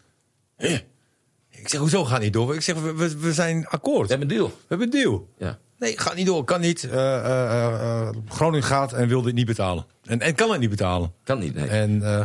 Huh? Ik zeg, hoezo gaat niet door? Ik zeg, we, we, we zijn akkoord. We hebben een deal. We hebben een deal. Ja. Nee, gaat niet door, kan niet. Uh, uh, uh, Groningen gaat en wil dit niet betalen. En, en kan het niet betalen. Kan niet, nee. En uh,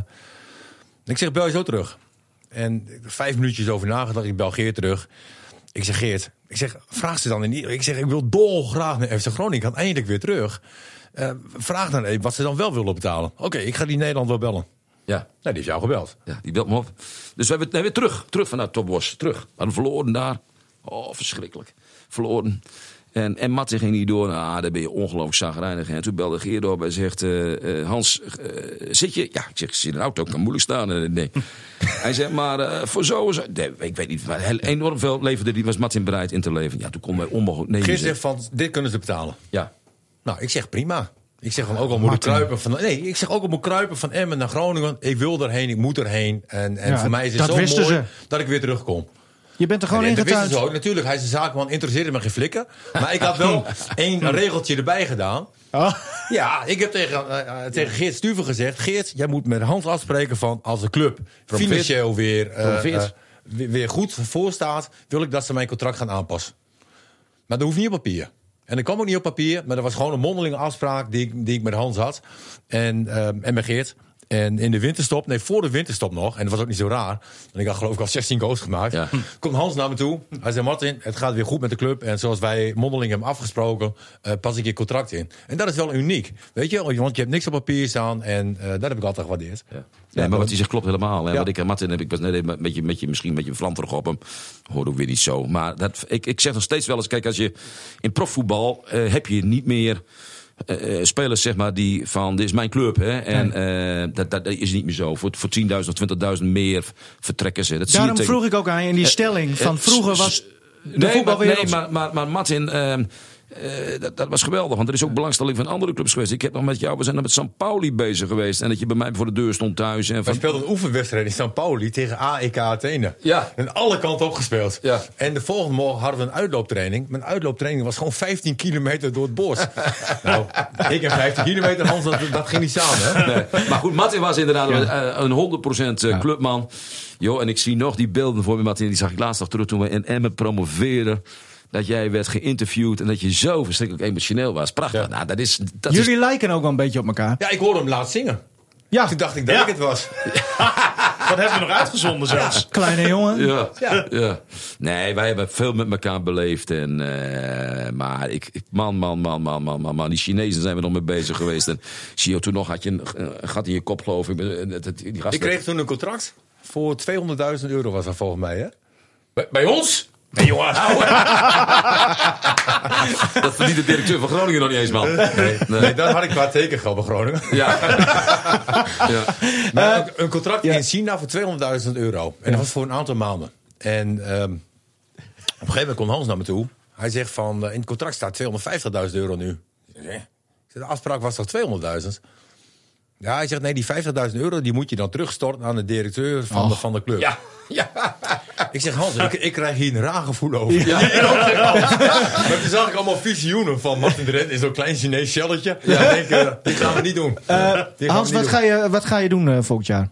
ik zeg, bel je zo terug. En vijf minuutjes over nagedacht, ik bel Geert terug. Ik zeg, Geert, ik zeg, vraag ze dan in die. Ik zeg, ik wil dolgraag naar F C Groningen, ik kan eindelijk weer terug. Uh, vraag dan even wat ze dan wel willen betalen. Oké, okay, ik ga die Nederland wel bellen. Ja. Nou, die heeft jou gebeld. Ja, die belt me op. Dus we hebben nee, weer terug. Terug vanuit Top Os. Terug. We hadden verloren daar. Oh, verschrikkelijk. Verloren. En, en Martin ging niet door. Nou, daar ben je ongelooflijk zagrijnig. En toen belde Geert op en zegt... Uh, uh, Hans, uh, zit je? Ja, ik zeg, ik zit in de auto. Kan moeilijk staan. Uh, nee. Hij zegt, maar uh, voor zo... zo nee, ik weet niet. Maar enorm veel leverde die. Was Martin bereid in te leveren. Ja, toen konden wij onmogelijk... Nee, Geert zegt van, dit kunnen ze betalen. Ja. Nou, ik zeg prima. Ik zeg van, ook al moet ik kruipen van... Nee, ik zeg ook al moet ik kruipen van Emmen naar Groningen. Ik wil erheen, ik moet erheen. En, en Ja, voor mij is het dat zo wisten mooi ze. dat ik weer terugkom. Je bent er gewoon En, en dat ingetuigd. wisten ze ook. Natuurlijk, hij is een zaakman, interesseerde me geen flikken. Maar ik had wel één regeltje erbij gedaan. Oh. Ja, ik heb tegen, uh, tegen Geert Stuver gezegd... Geert, jij moet met Hans afspreken van als de club Promoveert. financieel weer, uh, Promoveert. uh, weer, weer goed voor staat... wil ik dat ze mijn contract gaan aanpassen. Maar dat hoeft niet op papier. En dat kwam ook niet op papier, maar dat was gewoon een mondelinge afspraak... die ik, die ik met Hans had en, uh, en met Geert... En in de winterstop, nee, voor de winterstop nog... en dat was ook niet zo raar, want ik had geloof ik al zestien goals gemaakt... Ja. komt Hans naar me toe. Hij zei, Martin, het gaat weer goed met de club... en zoals wij mondeling hebben afgesproken, uh, pas ik je contract in. En dat is wel uniek, weet je? Want je hebt niks op papier staan en uh, dat heb ik altijd gewaardeerd. Ja. Nee, maar wat hij zegt klopt helemaal. Hè. Ja. Wat ik en Martin heb ik was net even met je, met je, misschien met je vlamterig op hem. Hoorde ook weer niet zo. Maar dat, ik, ik zeg nog steeds wel eens, kijk, als je in profvoetbal uh, heb je niet meer... Uh, spelers zeg maar die van dit is mijn club hè en uh, dat, dat is niet meer zo voor, voor tienduizend of twintigduizend meer vertrekken ze. Dat Daarom zie je vroeg ik ook aan je in die stelling. Van uh, vroeger s- was s- de nee, voetbalwereld... Maar, nee, maar, maar, maar Martin, uh, uh, dat, dat was geweldig. Want er is ook belangstelling van andere clubs geweest. Ik heb nog met jou, we zijn nog met San Pauli bezig geweest. En dat je bij mij voor de deur stond thuis. En Wij van, speelden een oefenwedstrijd in San Pauli tegen A E K Athene. Ja. En alle kanten opgespeeld. Ja. En de volgende morgen hadden we een uitlooptraining. Mijn uitlooptraining was gewoon vijftien kilometer door het bos. Nou, ik en vijftien kilometer, Hans, dat, dat ging niet samen. Hè? nee. Maar goed, Martin was inderdaad uh, een honderd procent uh, clubman. Jo, en ik zie nog die beelden voor me, Martin. Die zag ik laatst nog terug toen we in Emmen promoveerden. Dat jij werd geïnterviewd en dat je zo verschrikkelijk emotioneel was. Prachtig. Ja. Nou, dat is, dat Jullie is... lijken ook wel een beetje op elkaar. Ja, ik hoorde hem laat zingen. Ja. Toen dacht ik dat Ja. ik het was. Wat hebben we nog uitgezonden zelfs? Kleine jongen. Ja, ja. ja. Nee, wij hebben veel met elkaar beleefd. En, uh, maar ik, ik, man, man, man, man, man, man, man. Die Chinezen zijn we nog mee bezig geweest. En zie je, toen nog had je een, een gat in je kop, geloof ik. Die gasten... Ik kreeg toen een contract voor tweehonderdduizend euro was dat volgens mij, hè? Bij, bij ons? Nee, jongen. Dat verdient de directeur van Groningen nog niet eens, man. Nee, nee. nee dat had ik qua tekengeld bij Groningen. Ja. ja. Maar een, een contract ja. in China voor tweehonderdduizend euro. En ja. dat was voor een aantal maanden. En um, op een gegeven moment komt Hans naar me toe. Hij zegt van, uh, in het contract staat tweehonderdvijftigduizend euro nu. Ik zeg, de afspraak was toch tweehonderdduizend? Ja, hij zegt, nee, die vijftigduizend euro die moet je dan terugstorten aan de directeur van, oh. de, van de club. Ja. Ja. Ik zeg, Hans, ik, ik krijg hier een raar gevoel over. Ja. Maar toen zag ik allemaal visioenen van Martin de Rent in zo'n klein Chinees shelletje. Ja. Ja, denk, uh, dit gaan we niet doen. Uh, Hans, wat, doen. Ga je, wat ga je doen uh, volgend jaar?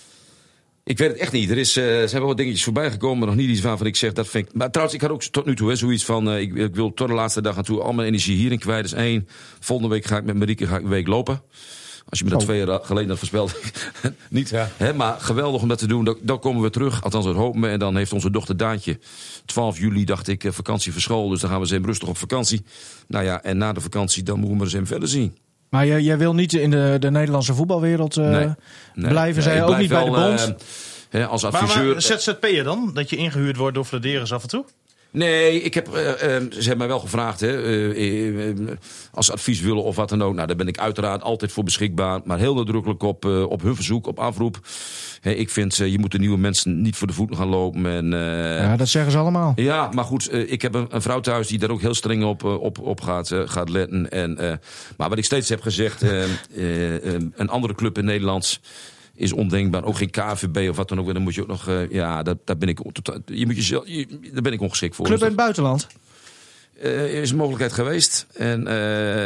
Ik weet het echt niet. Er is, uh, er zijn wel wat dingetjes voorbij gekomen, maar nog niet iets waarvan ik zeg, dat vind ik... Maar trouwens, ik had ook tot nu toe hè, zoiets van, uh, ik, ik wil tot de laatste dag aan toe al mijn energie hierin kwijt. Dat is één. Volgende week ga ik met Marieke ga ik een week lopen. Als je me dat oh. twee jaar geleden had voorspeld. Niet, ja. hè, maar geweldig om dat te doen. Dan, dan komen we terug, althans dat hopen we. En dan heeft onze dochter Daantje twaalf juli, dacht ik, vakantie voor school. Dus dan gaan we ze even rustig op vakantie. Nou ja, en na de vakantie, dan moeten we ze even verder zien. Maar jij, jij wil niet in de, de Nederlandse voetbalwereld uh, nee. Nee. blijven? Zij nee, ook niet wel, bij de bond? Uh, hè, als adviseur... Maar, maar Z Z P'er dan? Dat je ingehuurd wordt door Vladeris af en toe? Nee, ik heb, uh, uh, ze hebben mij wel gevraagd hè, uh, uh, als ze advies willen of wat dan ook. Nou, daar ben ik uiteraard altijd voor beschikbaar. Maar heel nadrukkelijk op, uh, op hun verzoek, op afroep. Hey, ik vind, uh, je moet de nieuwe mensen niet voor de voeten gaan lopen. En, uh, ja, dat zeggen ze allemaal. Ja, maar goed, uh, ik heb een, een vrouw thuis die daar ook heel streng op, uh, op, op gaat, uh, gaat letten. En, uh, maar wat ik steeds heb gezegd, uh, uh, uh, een andere club in Nederland... is ondenkbaar. Ook geen K V B of wat dan ook. Dan moet je ook nog... Uh, ja, daar, daar ben ik je moet jezelf, je, daar ben ik ongeschikt voor. Club in het buitenland? Uh, is een mogelijkheid geweest. En uh,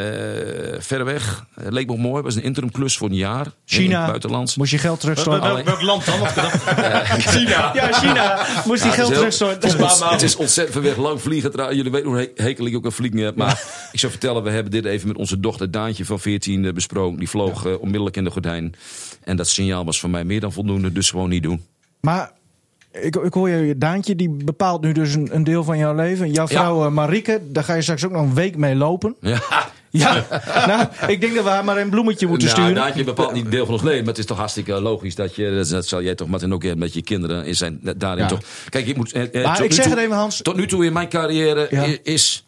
verder weg. Het leek me mooi. Het was een interimklus voor een jaar. China. Buitenlands. Moest je geld terugstorten? Welk, welk land dan? uh, China. Ja, China. Moest die ja, geld terugstorten? Het, het, het is ontzettend ver weg. Lang vliegen. Jullie weten hoe hekel ik ook een vliegen heb. Maar ja. ik zou vertellen, we hebben dit even met onze dochter Daantje van veertien uh, besproken. Die vloog ja. uh, onmiddellijk in de gordijn. En dat signaal was voor mij meer dan voldoende. Dus gewoon niet doen. Maar... Ik, ik hoor je, Daantje, die bepaalt nu dus een, een deel van jouw leven. Jouw vrouw ja. Marieke, daar ga je straks ook nog een week mee lopen. Ja. Ja, nou, ik denk dat we haar maar een bloemetje moeten nou, sturen. Daantje bepaalt niet een deel van ons leven, maar het is toch hartstikke logisch dat je, dat zal jij toch, Martin, ook met je kinderen is zijn daarin ja. toch. Kijk, je moet. Eh, maar ik zeg toe, het even, Hans. Tot nu toe in mijn carrière ja. is,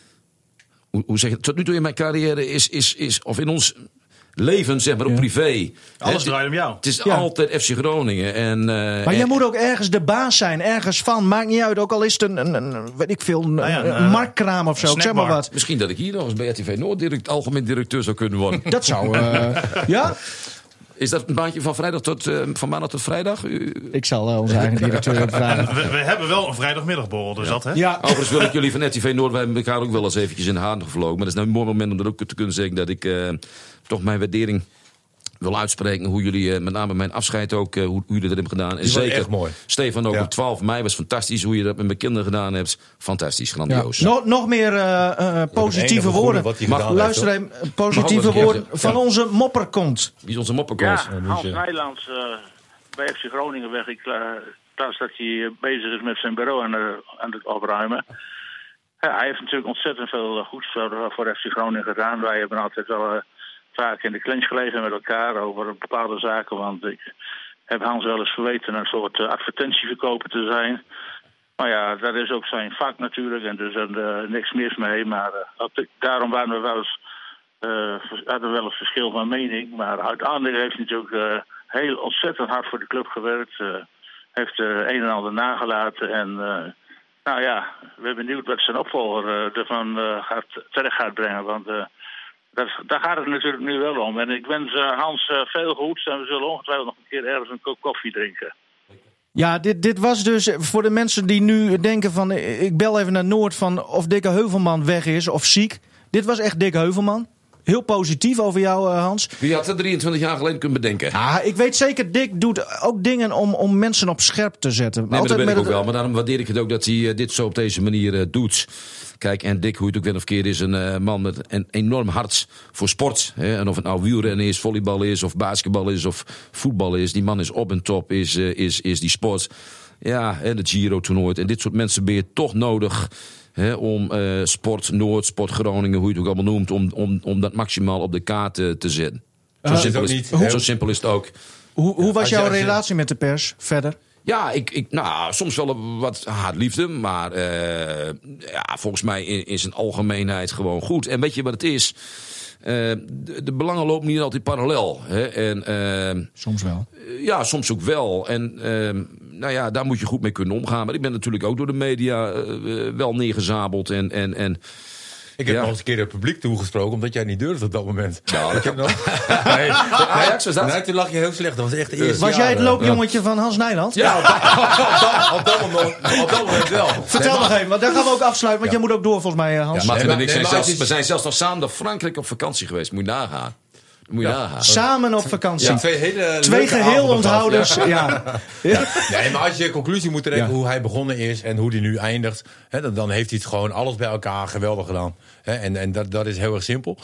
hoe, hoe zeg je? Tot nu toe in mijn carrière is, is, is of in ons leven, zeg maar, op ja. privé. Alles draait om jou. Het is ja. altijd F C Groningen. En, uh, maar jij en, moet ook ergens de baas zijn, ergens van. Maakt niet uit, ook al is het een, een, een weet ik veel, een, nou ja, een, een marktkraam of zo. Zeg maar wat. Misschien dat ik hier nog eens bij R T V Noord direct algemeen directeur zou kunnen worden. Dat zou, uh, ja? Is dat een baantje van vrijdag tot uh, van maandag tot vrijdag? U... Ik zal uh, onze eigen directeur vragen. We, we hebben wel een vrijdagmiddagborrel, dus ja. dat hè? Ja. Overigens wil ik jullie van R T V Noord, wij hebben elkaar ook wel eens eventjes in de haren gevlogen. Maar dat is nou een mooi moment om dat ook te kunnen zeggen dat ik uh, toch mijn waardering wil uitspreken. Hoe jullie, uh, met name mijn afscheid ook, uh, hoe, hoe jullie dat hebben gedaan. En zeker echt mooi. Stefan ook ja. op twaalf mei was fantastisch. Hoe je dat met mijn kinderen gedaan hebt. Fantastisch, grandioos. Ja. Nog, nog meer uh, uh, positieve woorden. Mag, luister even, positieve woorden van ja. onze mopperkont. Wie is onze mopperkont? Ja, Hans Nijlands uh, bij F C Groningen weg. Ik las dat hij bezig is met zijn bureau aan, de, aan het opruimen. Ja, hij heeft natuurlijk ontzettend veel goeds voor, voor F C Groningen gedaan. Wij hebben altijd wel... Uh, vaak in de clinch gelegen met elkaar over bepaalde zaken. Want ik heb Hans wel eens verweten een soort uh, advertentieverkoper te zijn. Maar ja, dat is ook zijn vak natuurlijk. En dus er uh, niks mis mee. Maar uh, daarom waren we wel eens, uh, hadden we wel een verschil van mening. Maar uiteindelijk heeft hij natuurlijk uh, heel ontzettend hard voor de club gewerkt. Uh, heeft uh, een en ander nagelaten. En uh, nou ja, we zijn benieuwd wat zijn opvolger uh, ervan uh, gaat, terecht gaat brengen. Want... Uh, Dat, daar gaat het natuurlijk nu wel om. En ik wens uh, Hans uh, veel goeds. En we zullen ongetwijfeld nog een keer ergens een kop koffie drinken. Ja, dit, dit was dus voor de mensen die nu denken van... ik bel even naar Noord van of Dikke Heuvelman weg is of ziek. Dit was echt Dick Heuvelman. heel positief over jou, uh, Hans. Wie had dat drieëntwintig jaar geleden kunnen bedenken? Ah, ik weet zeker, Dick doet ook dingen om, om mensen op scherp te zetten. Nee, maar Altijd dat weet ik met ook het- wel. Maar daarom waardeer ik het ook dat hij uh, dit zo op deze manier uh, doet. Kijk, en Dick, hoe je het ook weer of keer is, een uh, man met een enorm hart voor sport. Hè? En of het nou wielrennen is, volleybal is, of basketbal is, of voetbal is. Die man is op en top, is, uh, is, is die sport. Ja, en het Giro-toernooi. En dit soort mensen ben je toch nodig... He, om uh, Sport Noord, Sport Groningen, hoe je het ook allemaal noemt... om, om, om dat maximaal op de kaart uh, te zetten. Zo, Uh, simpel is is, ook niet zo heel- simpel is het ook. Hoe, hoe was als je- jouw als je- relatie met de pers verder? Ja, ik, ik, nou, soms wel wat haatliefde, maar uh, ja, volgens mij in, in zijn algemeenheid gewoon goed. En weet je wat het is? Uh, de, de belangen lopen niet altijd parallel. Hè? En, uh, Soms wel. ja, soms ook wel. En uh, nou ja, daar moet je goed mee kunnen omgaan. Maar ik ben natuurlijk ook door de media uh, wel neergezabeld en... en, en Ik heb Ja. nog eens een keer het publiek toegesproken, omdat jij niet durfde op dat moment. Ja, ik heb nog. Nee, Ajax was dat? Nee, toen lag je heel slecht. Dat was echt de eerste Was jij het jaren. loopjongetje van Hans Nijland? Ja, Op dat, op, dat moment, op dat moment wel. Vertel Nee, nog maar- even, want daar gaan we ook afsluiten. Want Ja. jij moet ook door volgens mij, uh, Hans. Ja, Martin Nee, en ik maar- zijn, nee, maar zelfs, het is- we zijn zelfs nog samen naar Frankrijk op vakantie geweest. Moet je nagaan. Moet je Ja. nagaan. Samen op vakantie. Ja, twee hele Twee leuke geheel avonden gehad, onthouders. ja. Ja. Ja. Nee, maar als je conclusie moet trekken Ja. hoe hij begonnen is en hoe hij nu eindigt, hè, dan, dan heeft hij het gewoon alles bij elkaar geweldig gedaan. Hè, en en dat, dat is heel erg simpel.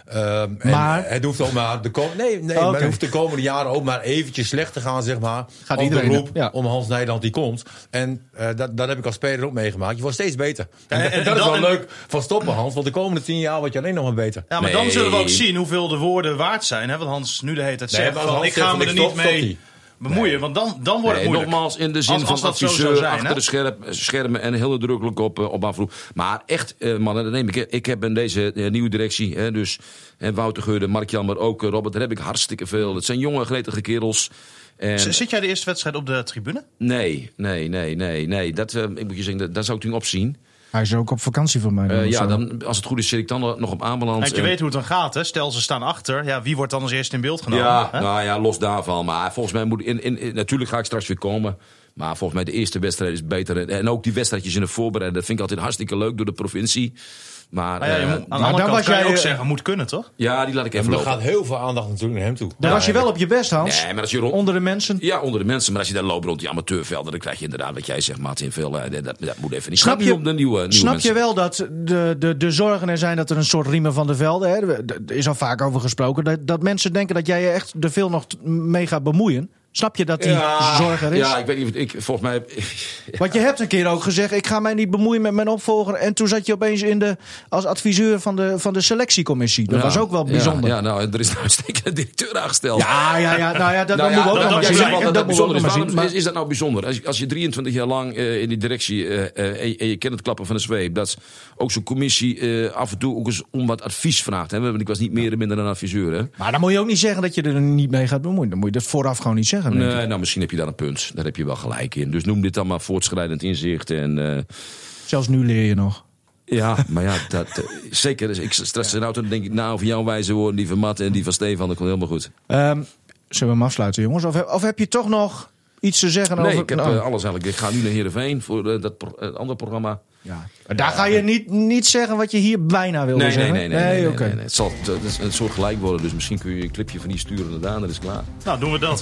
Um, en Maar? het hoeft ook maar de kom- nee, nee, Oh, maar oké. het hoeft de komende jaren ook maar eventjes slecht te gaan, zeg maar. Gaat om iedereen, de roep ja. om Hans Nijland die komt. En uh, dat, dat heb ik als speler ook meegemaakt. Je wordt steeds beter. En, en- en dat en is wel dan- leuk van stoppen, Hans. Want de komende tien jaar word je alleen nog maar beter. Ja, maar dan Nee. zullen we ook zien hoeveel de woorden waard zijn. Hè? Wat Hans nu de hele tijd Nee, zegt. maar als Van, Hans ik ga zegt me van, er ik niet stop, stopt mee bemoeien. Want dan, dan wordt het Nee, moeilijk. nogmaals, in de zin Als- als van dat zo zou adviseur, zijn, achter hè? de scherp, schermen en heel nadrukkelijk op, uh, op aanvloer. Maar echt, uh, mannen, dat neem ik. Ik heb in deze uh, nieuwe directie, hè, dus en Wouter Geurde, Mark Jan, maar ook uh, Robert, daar heb ik hartstikke veel. Het zijn jonge, gretige kerels. En, Z- Zit jij de eerste wedstrijd op de tribune? nee, nee, nee, nee, nee. Dat, uh, ik moet je zeggen, dat, daar zou ik toen op zien. Hij is ook op vakantie van mij. Uh, of ja, zo. dan, als het goed is, zit ik dan nog op aanbeland. Want je weet hoe het dan gaat. Hè? Stel, ze staan achter. Ja, wie wordt dan als eerste in beeld genomen? Ja, hè? nou ja, los daarvan. Maar volgens mij moet in, in, in- natuurlijk ga ik straks weer komen. Maar volgens mij de eerste wedstrijd is beter. En ook die wedstrijdjes in de voorbereiding, dat vind ik altijd hartstikke leuk door de provincie. Maar Maar ja, je eh, moet, aan de dan andere kant was kan je jij, ook eh, zeggen, moet kunnen, toch? ja, die laat ik En even er lopen. gaat heel veel aandacht natuurlijk naar hem toe. Daar was je wel op je best, Hans. Nee, maar als je rond, Onder de mensen. ja, onder de mensen. Maar als je daar loopt rond die amateurvelden, dan krijg je inderdaad wat jij zegt, Martin. Veel, eh, dat, dat moet even niet. Snap Gaat niet je- op de nieuwe, nieuwe Snap mensen. je wel dat de, de, de zorgen er zijn dat er een soort Riemen van der Velde... Hè, er is al vaak over gesproken... dat, dat mensen denken dat jij je echt er veel nog t- mee gaat bemoeien. Snap je dat die zorg er is? Ja, ik weet niet. Ik, volgens mij. Want je hebt een keer ook gezegd... ik ga mij niet bemoeien met mijn opvolger. En toen zat je opeens in de, als adviseur van de, van de selectiecommissie. Dat Ja, was ook wel bijzonder. Ja, Ja, ja, nou, er is nou een stekende directeur aangesteld. ja, ja, nou ja, dat, Nou dat ja, moeten we ook dat- nog maar jij zien. zegt wel dat dat Dat moeten we ook bijzonder nog is. maar zien. Waarom Maar- is, is dat nou bijzonder? Als je, als je drieëntwintig jaar lang uh, in die directie uh, uh, en, je, en je kent het klappen van de zweep, dat ook zo'n commissie uh, af en toe ook eens om wat advies vraagt. Hè? Want ik was niet meer en minder een adviseur. Hè? Maar dan moet je ook niet zeggen dat je er niet mee gaat bemoeien. Dan moet je dat vooraf gewoon niet zeggen. denk ik. Nee, nou, misschien heb je daar een punt. Daar heb je wel gelijk in. Dus noem dit dan maar voortschrijdend inzicht. En, uh, Zelfs nu leer je nog. ja, maar ja, dat, uh, zeker. Dus ik straks een auto, dan denk ik na over jouw wijze woorden, die van Matt en die van Stefan. Dat komt helemaal goed. Ehm, zullen we hem afsluiten, jongens? Of, of heb je toch nog iets te zeggen Nee, over... ik heb nou, uh, alles eigenlijk. Ik ga nu naar Heerenveen voor uh, dat pro- uh, andere programma. ja. Daar ga je niet, niet zeggen wat je hier bijna wilde Nee, nee, zeggen? nee. nee, nee, nee, oké. nee, nee. Het zal het is een soort gelijk worden, dus misschien kun je een clipje van die sturen naar Daan, dat is klaar. Nou, doen we dat.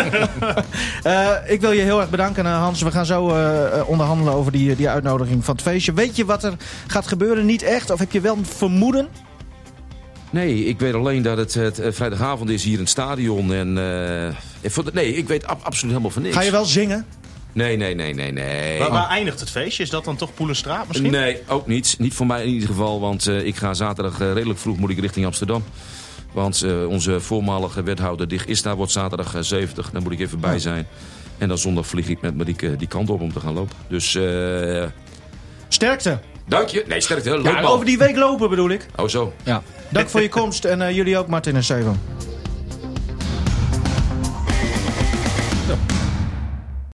Eh, ik wil je heel erg bedanken, uh, Hans. We gaan zo uh, onderhandelen over die, die uitnodiging van het feestje. Weet je wat er gaat gebeuren? Niet echt? Of heb je wel een vermoeden? Nee, ik weet alleen dat het, het uh, vrijdagavond is hier in het stadion. En, uh, voor de, nee, ik weet ab- absoluut helemaal van niks. Ga je wel zingen? Nee, nee, nee, nee, nee. Waar, waar eindigt het feestje? Is dat dan toch Poelenstraat misschien? Nee, ook niet. Niet voor mij in ieder geval, want uh, ik ga zaterdag uh, redelijk vroeg moet ik richting Amsterdam. Want uh, onze voormalige wethouder Dig Ista wordt zaterdag uh, zeventig. Daar moet ik even bij zijn. En dan zondag vlieg ik met Marieke die kant op om te gaan lopen. Dus uh, Sterkte. dank je. Nee, sterkte. Leuk Ja, man. over die week lopen bedoel ik. Oh zo. Ja. Dank voor je komst en uh, jullie ook, Martin en Steven.